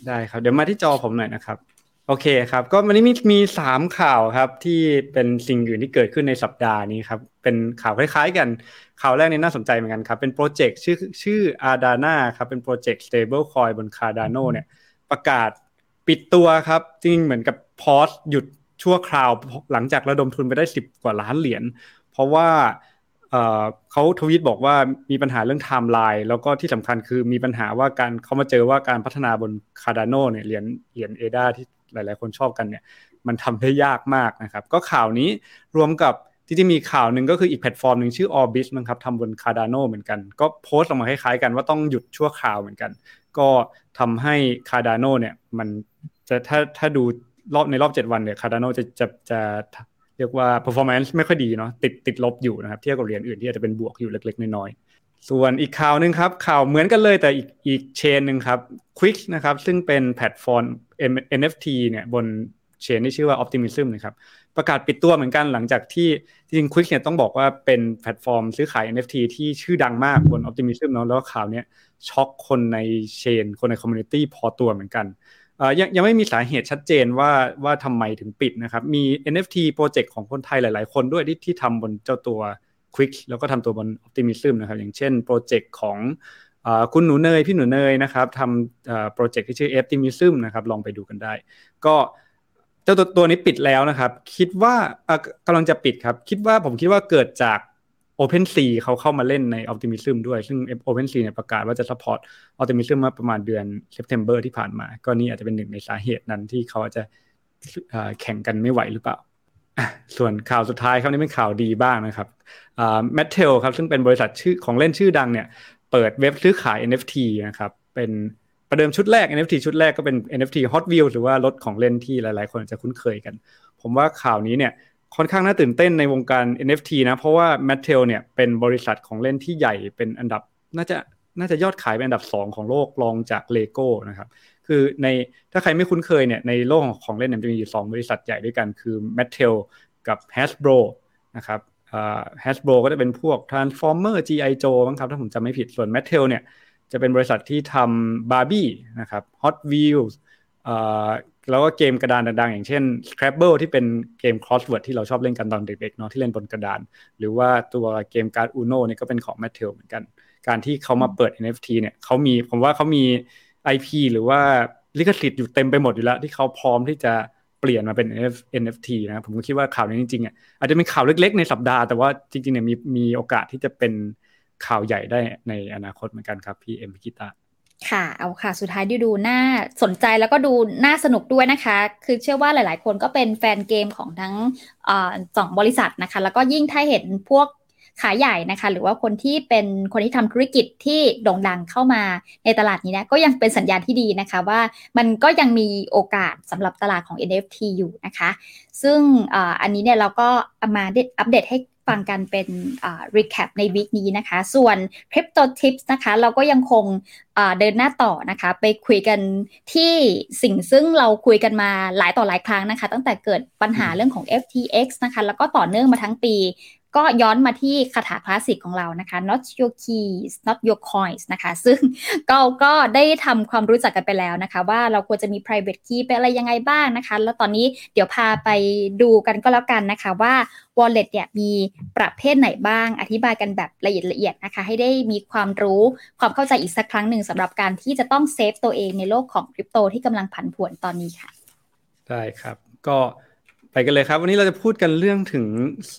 ได้ครับเดี๋ยวมาที่จอผมหน่อยนะครับโอเคครับก็วันนี้มี3ข่าวครับที่เป็นสิ่งอื่นที่เกิดขึ้นในสัปดาห์นี้ครับเป็นข่าวคล้ายๆกันข่าวแรกนี่น่าสนใจเหมือนกันครับเป็นโปรเจกต์ชื่อ Ardana ครับเป็นโปรเจกต์ Stablecoin บน Cardano เนี่ยประกาศปิดตัวครับจริงเหมือนกับพอสหยุดชั่วคราวหลังจากระดมทุนไปได้10 กว่าล้านเหรียญเพราะว่าเขาทวีตบอกว่ามีปัญหาเรื่องไทม์ไลน์แล้วก็ที่สำคัญคือมีปัญหาว่าเขามาเจอว่าการพัฒนาบน Cardano เนี่ยเหรียญ ADA ที่หลายๆคนชอบกันเนี่ยมันทำได้ยากมากนะครับก็ข่าวนี้รวมกับที่มีข่าวหนึ่งก็คืออีกแพลตฟอร์มหนึ่งชื่อ Orbis มั้งครับทำบน Cardano เหมือนกันก็โพสต์ออกมาคล้ายๆกันว่าต้องหยุดชั่วคราวเหมือนกันก็ทำให้ Cardano เนี่ยมันจะถ้าดูในรอบ7 วันเนี่ย Cardano จะเรียกว่า performance ไม่ค่อยดีเนาะติดลบอยู่นะครับเทียบกับเหรียญอื่นที่อาจจะเป็นบวกอยู่เล็กๆน้อยๆส่วนอีกข่าวนึงครับข่าวเหมือนกันเลยแต่อีกเชนนึงครับ Quick นะครับซึ่งเป็นแพลตฟอร์ม NFT เนี่ยบนเชนที่ชื่อว่า Optimism นะครับประกาศปิดตัวเหมือนกันหลังจากที่จริง Quick เนี่ยต้องบอกว่าเป็นแพลตฟอร์มซื้อขาย NFT ที่ชื่อดังมากบน Optimism เนาะแล้วข่าวนี้ช็อกคนในเชนคนในคอมมูนิตี้พอตัวเหมือนกันยังไม่มีสาเหตุชัดเจนว่าทำไมถึงปิดนะครับมี NFT โปรเจกต์ของคนไทยหลายๆคนด้วยที่ทำบนเจ้าตัว Quick แล้วก็ทำตัวบน Optimism นะครับอย่างเช่นโปรเจกต์ของคุณหนูเนยพี่หนูเนยนะครับทำโปรเจกต์ที่ชื่อ Optimism นะครับลองไปดูกันได้ก็เจ้าตัวนี้ปิดแล้วนะครับคิดว่ากำลังจะปิดครับผมคิดว่าเกิดจาก OpenSea เขาเข้ามาเล่นใน Optimism ด้วยซึ่ง OpenSea เนี่ยประกาศว่าจะ support Optimism มาประมาณเดือน September ที่ผ่านมาก็นี่อาจจะเป็นหนึ่งในสาเหตุนั้นที่เขาอาจจะแข่งกันไม่ไหวหรือเปล่าส่วนข่าวสุดท้ายครับนี่เป็นข่าวดีบ้างนะครับMattel ครับซึ่งเป็นบริษัทของเล่นชื่อดังเนี่ยเปิดเว็บซื้อขาย NFT นะครับเป็นประเดิมชุดแรก NFT ชุดแรกก็เป็น NFT Hot Wheels หรือว่ารถของเล่นที่หลายๆคนจะคุ้นเคยกันผมว่าข่าวนี้เนี่ยค่อนข้างน่าตื่นเต้นในวงการ NFT นะเพราะว่า Mattel เนี่ยเป็นบริษัทของเล่นที่ใหญ่เป็นอันดับน่าจะยอดขายเป็นอันดับ2ของโลกรองจาก Lego นะครับคือถ้าใครไม่คุ้นเคยเนี่ยในโลกของเล่นเนี่ยจะมีอยู่2บริษัทใหญ่ด้วยกันคือ Mattel กับ Hasbro นะครับHasbro ก็จะเป็นพวก Transformer G.I. Joe มั้งครับถ้าผมจำไม่ผิดส่วน Mattel เนี่ยจะเป็นบริษัทที่ทำ Barbie นะครับ Hot Wheels แล้วก็เกมกระดานดังๆอย่างเช่น Scrabble ที่เป็นเกม crossword ที่เราชอบเล่นกันตอนเด็กๆเนาะที่เล่นบนกระดานหรือว่าตัวเกมการ์ด Uno เนี่ยก็เป็นของ Mattel เหมือนกันการที่เขามาเปิด NFT เนี่ยผมว่าเขามี IP หรือว่าลิขสิทธิ์อยู่เต็มไปหมดอยู่แล้วที่เขาพร้อมที่จะเปลี่ยนมาเป็น NFT นะครับผมก็คิดว่าข่าวนี้จริงๆอาจจะเป็นข่าวเล็กๆในสัปดาห์แต่ว่าจริงๆเนี่ยมีโอกาสที่จะเป็นข่าวใหญ่ได้ในอนาคตเหมือนกันครับพี่พิกิตาค่ะเอาค่ะสุดท้ายดูน่าสนใจแล้วก็ดูน่าสนุกด้วยนะคะคือเชื่อว่าหลายๆคนก็เป็นแฟนเกมของทั้ง2 บริษัทนะคะแล้วก็ยิ่งถ้าเห็นพวกขายใหญ่นะคะหรือว่าคนที่เป็นคนที่ทำธุรกิจที่โด่งดังเข้ามาในตลาดนี้นะก็ยังเป็นสัญญาณที่ดีนะคะว่ามันก็ยังมีโอกาสสำหรับตลาดของ NFT อยู่ซึ่งอันนี้เนี่ยเราก็มาอัปเดตให้ฟังกันเป็นrecap ในวีคนี้นะคะส่วน Crypto Tips นะคะเราก็ยังคงเดินหน้าต่อนะคะไปคุยกันที่สิ่งซึ่งเราคุยกันมาหลายต่อหลายครั้งนะคะตั้งแต่เกิดปัญหาเรื่องของ FTX นะคะแล้วก็ต่อเนื่องมาทั้งปีก็ย้อนมาที่คาถาคลาสสิกของเรานะคะ not your keys not your coins นะคะซึ่งก็ได้ทำความรู้จักกันไปแล้วนะคะว่าเราควรจะมี private key เป็นอะไรยังไงบ้างนะคะแล้วตอนนี้เดี๋ยวพาไปดูกันก็แล้วกันนะคะว่า wallet เนี่ยมีประเภทไหนบ้างอธิบายกันแบบละเอียดนะคะให้ได้มีความรู้ความเข้าใจอีกสักครั้งหนึ่งสำหรับการที่จะต้องเซฟตัวเองในโลกของคริปโตที่กำลังผันผวนตอนนี้ค่ะได้ครับก็ไปกันเลยครับวันนี้เราจะพูดกันเรื่องถึง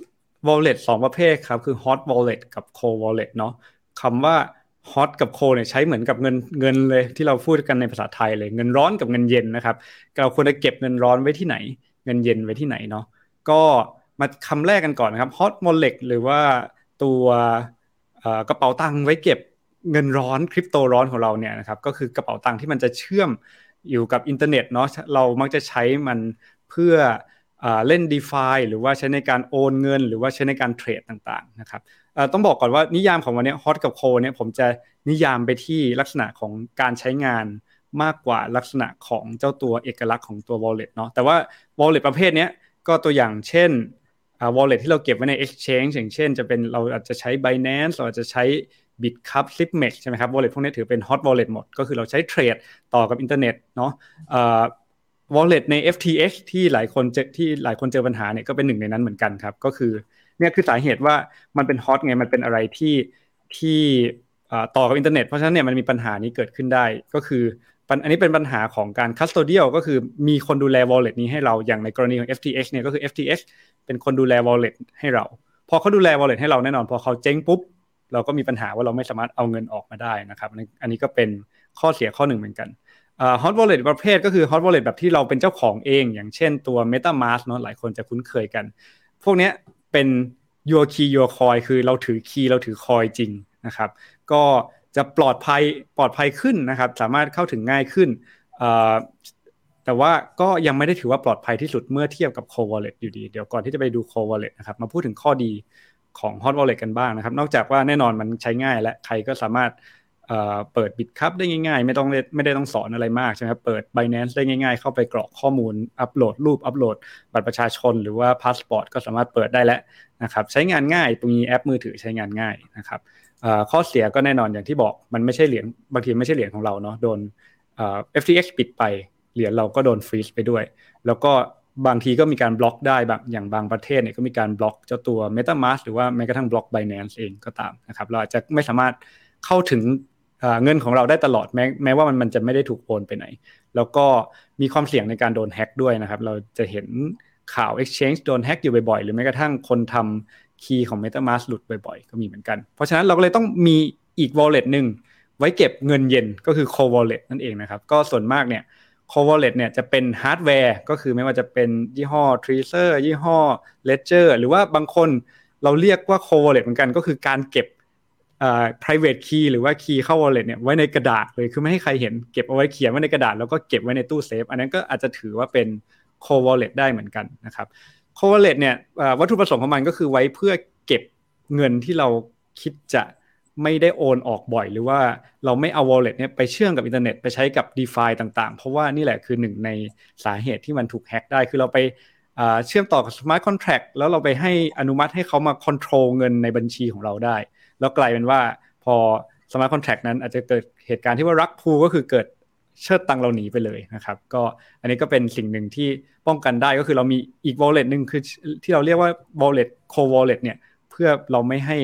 wallet 2 ประเภทครับคือ hot wallet กับ cold wallet เนาะคำว่า hot กับ cold เนี่ยใช้เหมือนกับเงินเลยที่เราพูดกันในภาษาไทยเลยเงินร้อนกับเงินเย็นนะครับเราควรจะเก็บเงินร้อนไว้ที่ไหนเงินเย็นไว้ที่ไหนเนาะก็มาคำแรกกันก่อนนะครับ hot wallet หรือว่าตัวกระเป๋าตังค์ไว้เก็บเงินร้อนคริปโตร้อนของเราเนี่ยนะครับก็คือกระเป๋าตังค์ที่มันจะเชื่อมอยู่กับอินเทอร์เน็ตเนาะเรามักจะใช้มันเพื่อเล่น DeFi หรือว่าใช้ในการโอนเงินหรือว่าใช้ในการเทรดต่างๆนะครับต้องบอกก่อนว่านิยามของวันนี้ Hot กับ Cold เนี่ยผมจะนิยามไปที่ลักษณะของการใช้งานมากกว่าลักษณะของเจ้าตัวเอกลักษณ์ของตัว Wallet เนาะแต่ว่า Wallet ประเภทนี้ก็ตัวอย่างเช่นwallet ที่เราเก็บไว้ใน exchange อย่างเช่นจะเป็นเราอาจจะใช้ Binance เราอาจจะใช้ Bitcup Zipmesh ใช่ไหมครับ wallet พวกนี้ถือเป็น hot wallet หมดก็คือเราใช้เทรดต่อกับอินเทอร์เน็ตเนาะwallet ใน FTX ที่หลายคนเจอปัญหาเนี่ยก็เป็นหนึ่งในนั้นเหมือนกันครับก็คือเนี่ยคือสาเหตุว่ามันเป็น hot ไงมันเป็นอะไรที่ต่อกับอินเทอร์เน็ตเพราะฉะนั้นเนี่ยมันมีปัญหานี้เกิดขึ้นได้ก็คืออันนี้เป็นปัญหาของการ custodial ก็คือมีคนดูแล wallet นี้ให้เราอย่างในกรณีของ FTX เนี่ยก็คือ FTX เป็นคนดูแล wallet ให้เราพอเขาดูแล wallet ให้เราแน่นอนพอเขาเจ๊งปุ๊บเราก็มีปัญหาว่าเราไม่สามารถเอาเงินออกมาได้นะครับอันนี้ก็เป็นข้อเสียข้อหนึ่งเหมือนกันhot wallet ประเภทก็คือ hot wallet แบบที่เราเป็นเจ้าของเองอย่างเช่นตัว MetaMask เนาะหลายคนจะคุ้นเคยกันพวกนี้เป็น your key your coin คือเราถือคีย์เราถือคอยจริงนะครับก็จะปลอดภัยขึ้นนะครับสามารถเข้าถึงง่ายขึ้นแต่ว่าก็ยังไม่ได้ถือว่าปลอดภัยที่สุดเมื่อเทียบกับ cold wallet อยู่ดีเดี๋ยวก่อนที่จะไปดู cold wallet นะครับมาพูดถึงข้อดีของ hot wallet กันบ้างนะครับนอกจากว่าแน่นอนมันใช้ง่ายและใครก็สามารถเปิด Bitcup ได้ง่ายๆไม่ได้ต้องสอนอะไรมากใช่ไหมครับเปิด Binance ได้ง่ายๆเข้าไปกรอกข้อมูลอัปโหลดรูปอัปโหลดบัตรประชาชนหรือว่าพาสปอร์ตก็สามารถเปิดได้แล้วนะครับใช้งานง่ายมีแอปมือถือใช้งานง่ายนะครับข้อเสียก็แน่นอนอย่างที่บอกมันไม่ใช่เหรียญบางทีไม่ใช่เหรียญของเราเนาะโดนFTX ปิดไปเหรียญเราก็โดนฟรีซไปด้วยแล้วก็บางทีก็มีการบล็อกได้อย่างบางประเทศเนี่ยก็มีการบล็อกเจ้าตัว MetaMask หรือว่าแม้กระทั่งบล็อก Binance เองก็ตามนะครับเราอาจจะไม่สามารถเข้าถึงเงินของเราได้ตลอดแม้ว่ามันจะไม่ได้ถูกโอนไปไหนแล้วก็มีความเสี่ยงในการโดนแฮ็กด้วยนะครับเราจะเห็นข่าว exchange โดนแฮ็กอยู่บ่อยๆหรือแม้กระทั่งคนทำคีย์ของ MetaMask หลุดบ่อยๆก็มีเหมือนกันเพราะฉะนั้นเราก็เลยต้องมีอีก wallet นึงไว้เก็บเงินเย็นก็คือ cold wallet นั่นเองนะครับก็ส่วนมากเนี่ย cold wallet เนี่ยจะเป็นฮาร์ดแวร์ก็คือไม่ว่าจะเป็นยี่ห้อ Trezor ยี่ห้อ Ledger หรือว่าบางคนเราเรียกว่า cold wallet เหมือนกันก็คือการเก็บprivate key หรือว่า key เข้า wallet เนี่ยไว้ในกระดาษเลยคือไม่ให้ใครเห็นเก็บเอาไว้เขียนไว้ในกระดาษแล้วก็เก็บไว้ในตู้เซฟอันนั้นก็อาจจะถือว่าเป็น cold wallet ได้เหมือนกันนะครับ cold wallet เนี่ยวัตถุประสงค์ของมันก็คือไว้เพื่อเก็บเงินที่เราคิดจะไม่ได้โอนออกบ่อยหรือว่าเราไม่เอา wallet เนี่ยไปเชื่อมกับอินเทอร์เน็ตไปใช้กับ DeFi ต่างๆเพราะว่านี่แหละคือหนึ่งในสาเหตุที่มันถูกแฮ็กได้คือเราไปเชื่อมต่อกับ smart contract แล้วเราไปให้อนุมัติให้เขามา control เงินในบัญชีของเราได้แล้วกลายเป็นว่าพอ smart contract นั้นอาจจะเกิดเหตุการณ์ที่ว่ารักพูก็คือเกิดเชิดตังเราหนีไปเลยนะครับก็อันนี้ก็เป็นสิ่งหนึ่งที่ป้องกันได้ก็คือเรามีอีก wallet นึงคือที่เราเรียกว่า wallet cold wallet เนี่ยเพื่อเราไม่ให้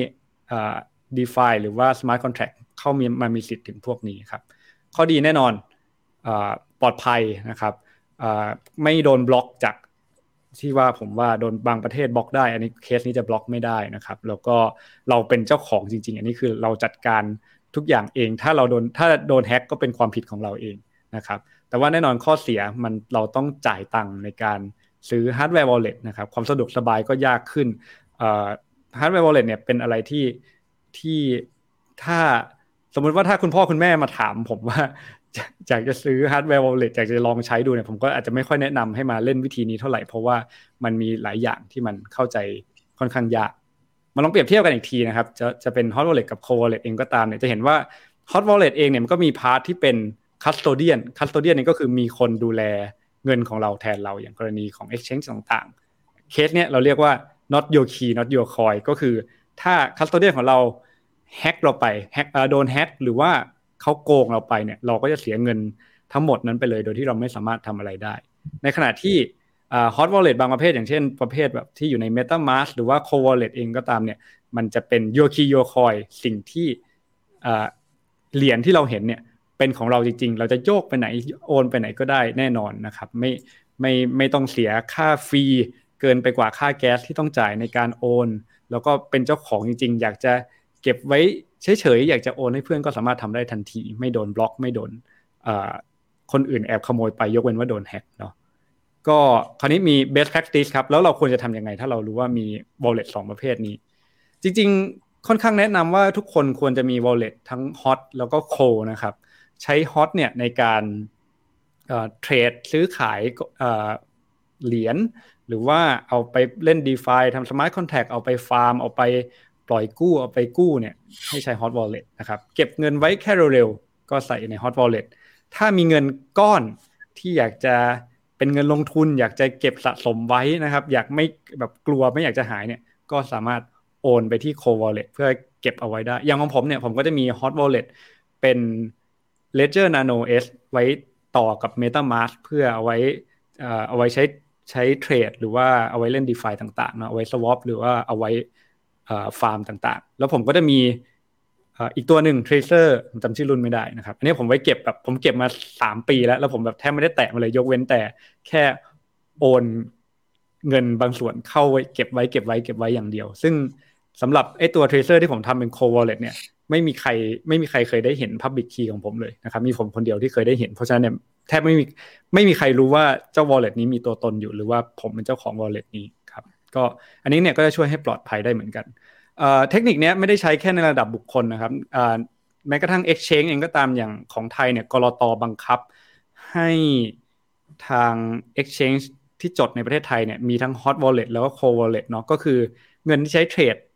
DeFi หรือว่า smart contract เข้ามามีสิทธิ์ถึงพวกนี้ครับข้อดีแน่นอนปลอดภัยนะครับไม่โดนบล็อกจากที่ว่าผมว่าโดนบางประเทศบล็อกได้อันนี้เคสนี้จะบล็อกไม่ได้นะครับแล้วก็เราเป็นเจ้าของจริงๆอันนี้คือเราจัดการทุกอย่างเองถ้าโดนแฮ็กก็เป็นความผิดของเราเองนะครับแต่ว่าแน่นอนข้อเสียเราต้องจ่ายตังค์ในการซื้อฮาร์ดแวร์ wallet นะครับความสะดวกสบายก็ยากขึ้นฮาร์ดแวร์ wallet เนี่ยเป็นอะไรที่ถ้าสมมุติว่าถ้าคุณพ่อคุณแม่มาถามผมว่าอยากจะซื้อฮาร์ดแวร์ wallet อยากจะลองใช้ดูเนี่ยผมก็อาจจะไม่ค่อยแนะนำให้มาเล่นวิธีนี้เท่าไหร่เพราะว่ามันมีหลายอย่างที่มันเข้าใจค่อนข้างยากมาลองเปรียบเทียบกันอีกทีนะครับจะเป็น hot wallet กับ cold wallet เองก็ตามเนี่ยจะเห็นว่า hot wallet เองเนี่ยมันก็มีพาร์ทที่เป็น custodian นี่ก็คือมีคนดูแลเงินของเราแทนเราอย่างกรณีของ exchange ต่างๆเคสเนี่ยเราเรียกว่า not your key not your coin ก็คือถ้า custodian ของเราแฮ็กเราไปโดนแฮ็กหรือว่าเขาโกงเราไปเนี่ยเราก็จะเสียเงินทั้งหมดนั้นไปเลยโดยที่เราไม่สามารถทำอะไรได้ในขณะที่hot wallet บางประเภทอย่างเช่นประเภทแบบที่อยู่ใน MetaMask หรือว่า cold wallet เองก็ตามเนี่ยมันจะเป็น your key your coin สิ่งที่เหรียญที่เราเห็นเนี่ยเป็นของเราจริงๆเราจะโยกไปไหนโอนไปไหนก็ได้แน่นอนนะครับไม่ต้องเสียค่าฟรีเกินไปกว่าค่าแก๊สที่ต้องจ่ายในการโอนแล้วก็เป็นเจ้าของจริงๆอยากจะเก็บไว้เฉยๆอยากจะโอนให้เพื่อนก็สามารถทำได้ทันทีไม่โดนบล็อกไม่โดนคนอื่นแอบขโมยไปยกเว้นว่าโดนแฮ็กเนาะก็คราวนี้มี best practice ครับแล้วเราควรจะทำยังไงถ้าเรารู้ว่ามี wallet 2ประเภทนี้จริงๆค่อนข้างแนะนำว่าทุกคนควรจะมี wallet ทั้ง hot แล้วก็ cold นะครับใช้ hot เนี่ยในการเทรดซื้อขายเหรียญหรือว่าเอาไปเล่น DeFi ทำ smart contract เอาไปฟาร์มเอาไปปล่อยกู้เอาไปกู้เนี่ยให้ใช้ hot wallet นะครับเก็บเงินไว้แค่เร็วๆก็ใส่ใน hot wallet ถ้ามีเงินก้อนที่อยากจะเป็นเงินลงทุนอยากจะเก็บสะสมไว้นะครับอยากไม่แบบกลัวไม่อยากจะหายเนี่ยก็สามารถโอนไปที่ cold wallet เพื่อเก็บเอาไว้ได้อย่างของผมเนี่ยผมก็จะมี Hot Wallet เป็น Ledger Nano S ไว้ต่อกับ MetaMask เพื่อเอาไว้ใช้เทรดหรือว่าเอาไว้เล่น DeFi ต่างๆเนาะเอาไว้ swap หรือว่าเอาไว้ฟาร์มต่างๆแล้วผมก็จะมีอีกตัวหนึ่ง Tracer ผมจำชื่อรุ่นไม่ได้นะครับอันนี้ผมไว้เก็บแบบผมเก็บมา3ปีแล้วผมแบบแทบไม่ได้แตะมันเลยยกเว้นแต่แค่โอนเงินบางส่วนเข้าไว้เก็บไว้อย่างเดียวซึ่งสำหรับไอ้ตัว Tracer ที่ผมทำเป็น Cold Wallet เนี่ยไม่มีใครเคยได้เห็น Public Key ของผมเลยนะครับมีผมคนเดียวที่เคยได้เห็นเพราะฉะนั้นเนี่ยแทบไม่มีใครรู้ว่าเจ้า Wallet นี้มีตัวตนอยู่หรือว่าผมเป็นเจ้าของ Wallet นี้ครับก็อันนี้เนี่ยก็จะช่วยให้ปลอดภัยได้เหมือนกันเทคนิคนี้ไม่ได้ใช้แค่ในระดับบุคคลนะครับแม้กระทั่ง Exchange เองก็ตามอย่างของไทยเนี่ยกลต.บังคับให้ทาง Exchange ที่จดในประเทศไทยเนี่ยมีทั้ง Hot Wallet แล้วก็ Cold Wallet เนาะก็คือเงินที่ใช้เทรด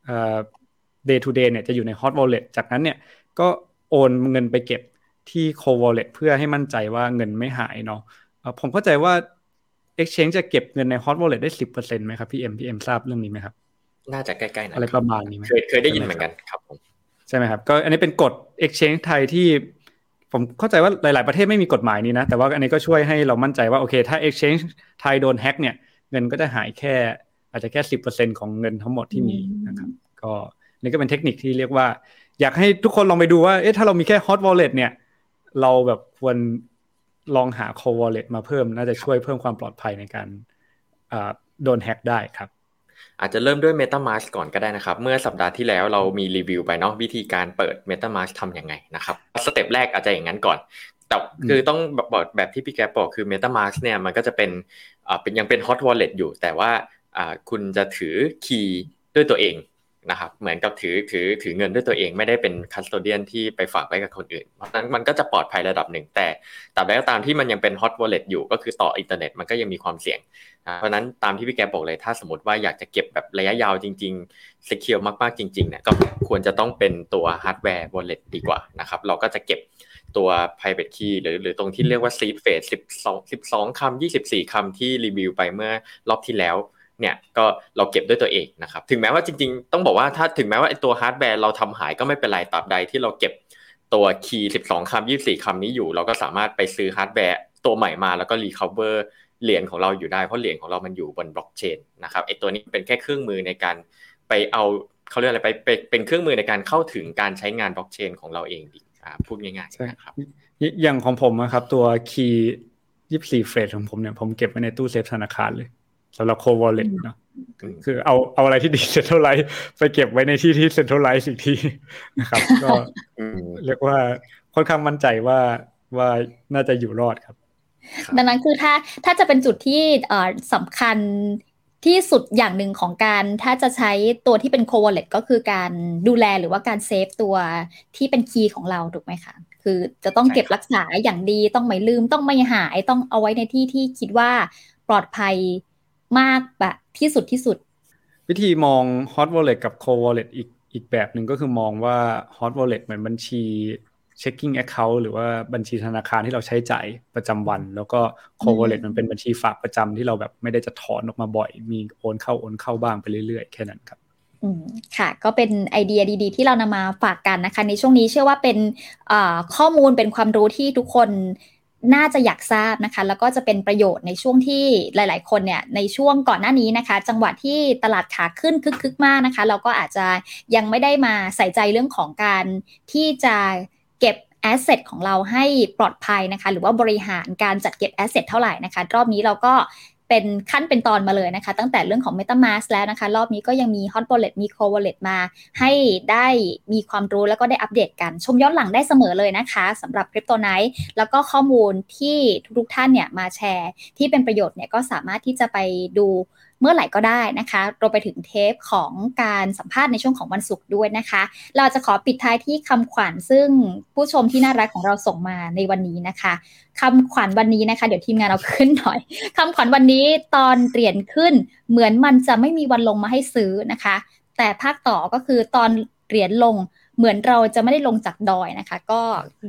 day to day เนี่ยจะอยู่ใน Hot Wallet จากนั้นเนี่ยก็โอนเงินไปเก็บที่ Cold Wallet เพื่อให้มั่นใจว่าเงินไม่หายเนาะผมเข้าใจว่า Exchange จะเก็บเงินใน Hot Wallet ได้ 10% ไหมครับพี่เอ็มทราบเรื่องนี้ไหมครับน่าจะใกล้ๆนะอะไรประมาณนี้มั้ยเคยได้ยินเหมือนกันครับผมใช่มั้ยครับก็อันนี้เป็นกฎ Exchange ไทยที่ผมเข้าใจว่าหลายๆประเทศไม่มีกฎหมายนี้นะแต่ว่าอันนี้ก็ช่วยให้เรามั่นใจว่าโอเคถ้า Exchange ไทยโดนแฮ็กเนี่ยเงินก็จะหายแค่อาจจะแค่ 10% ของเงินทั้งหมดที่มีนะครับก็นี่ก็เป็นเทคนิคที่เรียกว่าอยากให้ทุกคนลองไปดูว่าถ้าเรามีแค่ Hot Wallet เนี่ยเราแบบควรลองหา Cold Wallet มาเพิ่มน่าจะช่วยเพิ่มความปลอดภัยในการโดนแฮ็กได้ครับอาจจะเริ่มด้วย MetaMask ก่อนก็ได้นะครับเมื่อสัปดาห์ที่แล้วเรามีรีวิวไปเนาะวิธีการเปิด MetaMask ทำยังไงนะครับสเต็ปแรกอาจจะอย่างนั้นก่อนแต่คือต้องบอกแบบที่พี่แกบอกคือ MetaMask เนี่ยมันก็จะเป็นยังเป็น Hot Wallet อยู่แต่ว่าคุณจะถือคีย์ด้วยตัวเองนะครับเหมือนกับถือเงินด้วยตัวเองไม่ได้เป็น custodian ที่ไปฝากไว้กับคนอื่นเพราะฉะนั้นมันก็จะปลอดภัยระดับหนึ่งแต่ตราบใดก็ตามที่มันยังเป็น Hot Wallet อยู่ก็คือต่ออินเทอร์เน็ตมันก็ยังมีความเสี่ยงเพราะนั้นตามที่พี่แกบอกเลยถ้าสมมติว่าอยากจะเก็บแบบระยะยาวจริงๆ secure มากๆจริงๆเนี่ยก็ควรจะต้องเป็นตัว hardware wallet ดีกว่านะครับเราก็จะเก็บตัว private key หรือตรงที่เรียกว่า seed phrase 12คำ24คำที่รีวิวไปเมื่อรอบที่แล้วเนี่ยก็เราเก็บด้วยตัวเองนะครับถึงแม้ว่าจริงๆต้องบอกว่าถ้าถึงแม้ว่าไอ้ตัวฮาร์ดแวร์เราทำหายก็ไม่เป็นไรตราบใดที่เราเก็บตัวคีย์12คำ24คำนี้อยู่เราก็สามารถไปซื้อฮาร์ดแวร์ตัวใหม่มาแล้วก็รีคัฟเวอร์เหรียญของเราอยู่ได้เพราะเหรียญของเรามันอยู่บนบล็อกเชนนะครับไอ้ตัวนี้เป็นแค่เครื่องมือในการไปเอาเขาเรียกอะไรไปเป็นเครื่องมือในการเข้าถึงการใช้งานบล็อกเชนของเราเองดีพูดง่ายๆนะครับอย่างของผมนะครับตัวคีย์24เฟรดของผมเนี่ยผมเก็บไว้ในตู้เซฟธนาคารเลยสำหรับ Cold Wallet เนาะคือเอาอะไรที่ดี Centralize ไปเก็บไว้ในที่ Centralize อีกทีนะครับก็เรียกว่าค่อนข้างมั่นใจว่าน่าจะอยู่รอดครับดังนั้นคือถ้าจะเป็นจุดที่สำคัญที่สุดอย่างหนึ่งของการถ้าจะใช้ตัวที่เป็น Cold Wallet ก็คือการดูแลหรือว่าการเซฟตัวที่เป็นคีย์ของเราถูกไหมคะคือจะต้องเก็บรักษาอย่างดีต้องไม่ลืมต้องไม่หายต้องเอาไว้ในที่ที่คิดว่าปลอดภัยมากแบบที่สุดวิธีมอง Hot Wallet กับ Cold Wallet อีกแบบหนึ่งก็คือมองว่า Hot Wallet เหมือนบัญชี checking account หรือว่าบัญชีธนาคารที่เราใช้จ่ายประจำวันแล้วก็ Cold Wallet มันเป็นบัญชีฝากประจำที่เราแบบไม่ได้จะถอนออกมาบ่อยมีโอนเข้าบ้างไปเรื่อยๆแค่นั้นครับค่ะก็เป็นไอเดียดีๆที่เรานำมาฝากกันนะคะในช่วงนี้เชื่อว่าเป็นข้อมูลเป็นความรู้ที่ทุกคนน่าจะอยากทราบนะคะแล้วก็จะเป็นประโยชน์ในช่วงที่หลายๆคนเนี่ยในช่วงก่อนหน้านี้นะคะจังหวะที่ตลาดขาขึ้นคึกมากนะคะเราก็อาจจะยังไม่ได้มาใส่ใจเรื่องของการที่จะเก็บแอสเซทของเราให้ปลอดภัยนะคะหรือว่าบริหารการจัดเก็บแอสเซทเท่าไหร่นะคะรอบนี้เราก็เป็นขั้นเป็นตอนมาเลยนะคะตั้งแต่เรื่องของ MetaMask แล้วนะคะรอบนี้ก็ยังมี Hot Wallet มี Cold Wallet มาให้ได้มีความรู้แล้วก็ได้อัปเดตกันชมย้อนหลังได้เสมอเลยนะคะสำหรับ Crypto Night แล้วก็ข้อมูลที่ทุกท่านเนี่ยมาแชร์ที่เป็นประโยชน์เนี่ยก็สามารถที่จะไปดูเมื่อไหร่ก็ได้นะคะรวมไปถึงเทปของการสัมภาษณ์ในช่วงของวันศุกร์ด้วยนะคะเราจะขอปิดท้ายที่คำขวัญซึ่งผู้ชมที่น่ารักของเราส่งมาในวันนี้นะคะคำขวัญวันนี้นะคะเดี๋ยวทีมงานเอาขึ้นหน่อยคำขวัญวันนี้ตอนเหรียญขึ้นเหมือนมันจะไม่มีวันลงมาให้ซื้อนะคะแต่ภาคต่อก็คือตอนเหรียญลงเหมือนเราจะไม่ได้ลงจากดอยนะคะก็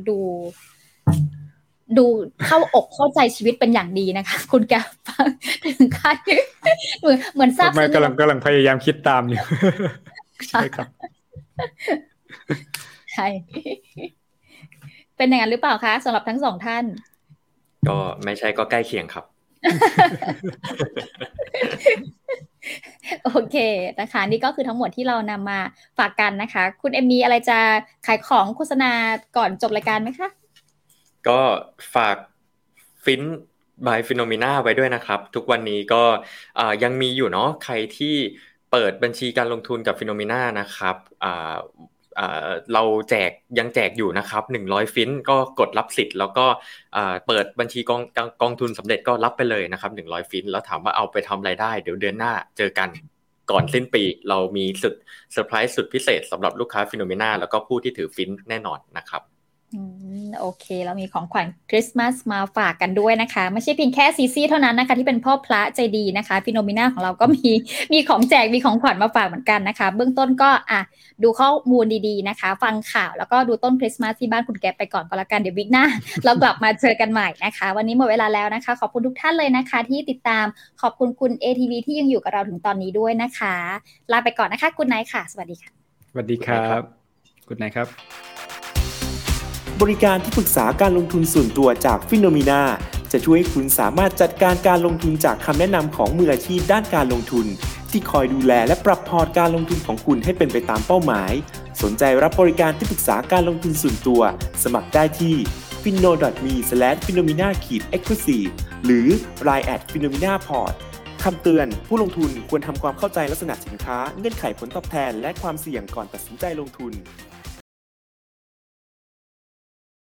ดูเข้าอกเข้าใจชีวิตเป็นอย่างดีนะคะคุณแกฟังถึงขั้นเหมือนทราบไม่กำลังพยายามคิดตามอยู่ใช่ครับใช่เป็นอย่างนั้นหรือเปล่าคะสำหรับทั้งสองท่านก็ไม่ใช่ก็ใกล้เคียงครับโอเคนะคะนี่ก็คือทั้งหมดที่เรานำมาฝากกันนะคะคุณเอ็มมีอะไรจะขายของโฆษณาก่อนจบรายการไหมคะก็ฝากฟินบายฟิโนเมนาไว้ด้วยนะครับทุกวันนี้ก็ยังมีอยู่เนาะใครที่เปิดบัญชีการลงทุนกับฟิโนเมนานะครับเรายังแจกอยู่นะครับ100ฟินก็กดรับสิทธิ์แล้วก็เปิดบัญชีกองทุนสำเร็จก็รับไปเลยนะครับ100ฟินแล้วถามว่าเอาไปทำอะไรได้เดี๋ยวเดือนหน้าเจอกันก่อนสิ้นปีเรามีสุดเซอร์ไพรส์สุดพิเศษสำหรับลูกค้าฟิโนเมนาแล้วก็ผู้ที่ถือฟินแน่นอนนะครับโอเคแล้วมีของขวัญคริสต์มาสมาฝากกันด้วยนะคะไม่ใช่เพียงแค่ซีซี่เท่านั้นนะคะที่เป็นพ่อพระใจดีนะคะฟิโนเมนาของเราก็มีของแจกมีของขวัญมาฝากเหมือนกันนะคะเบื้องต้นก็ดูข้อมูลดีๆนะคะฟังข่าวแล้วก็ดูต้นคริสต์มาสที่บ้านคุณแก๊ปไปก่อนก็แล้วกันเดี๋ยววิกหน้าเรากลับมาเจอกันใหม่นะคะวันนี้หมดเวลาแล้วนะคะขอบคุณทุกท่านเลยนะคะที่ติดตามขอบคุณคุณ ATV ที่ยังอยู่กับเราถึงตอนนี้ด้วยนะคะลาไปก่อนนะคะคุณไนท์ค่ะสวัสดีค่ะสวัสดีครับคุณไนท์ครับบริการที่ปรึกษาการลงทุนส่วนตัวจาก Phenomena จะช่วยให้คุณสามารถจัดการการลงทุนจากคำแนะนำของมืออาชีพด้านการลงทุนที่คอยดูแลและปรับพอร์ตการลงทุนของคุณให้เป็นไปตามเป้าหมายสนใจรับบริการที่ปรึกษาการลงทุนส่วนตัวสมัครได้ที่ finno.me/phenomena-exclusive หรือ line@phenomena-port คำเตือนผู้ลงทุนควรทำความเข้าใจลักษณะสินค้าเงื่อนไขผลตอบแทนและความเสี่ยงก่อนตัดสินใจลงทุน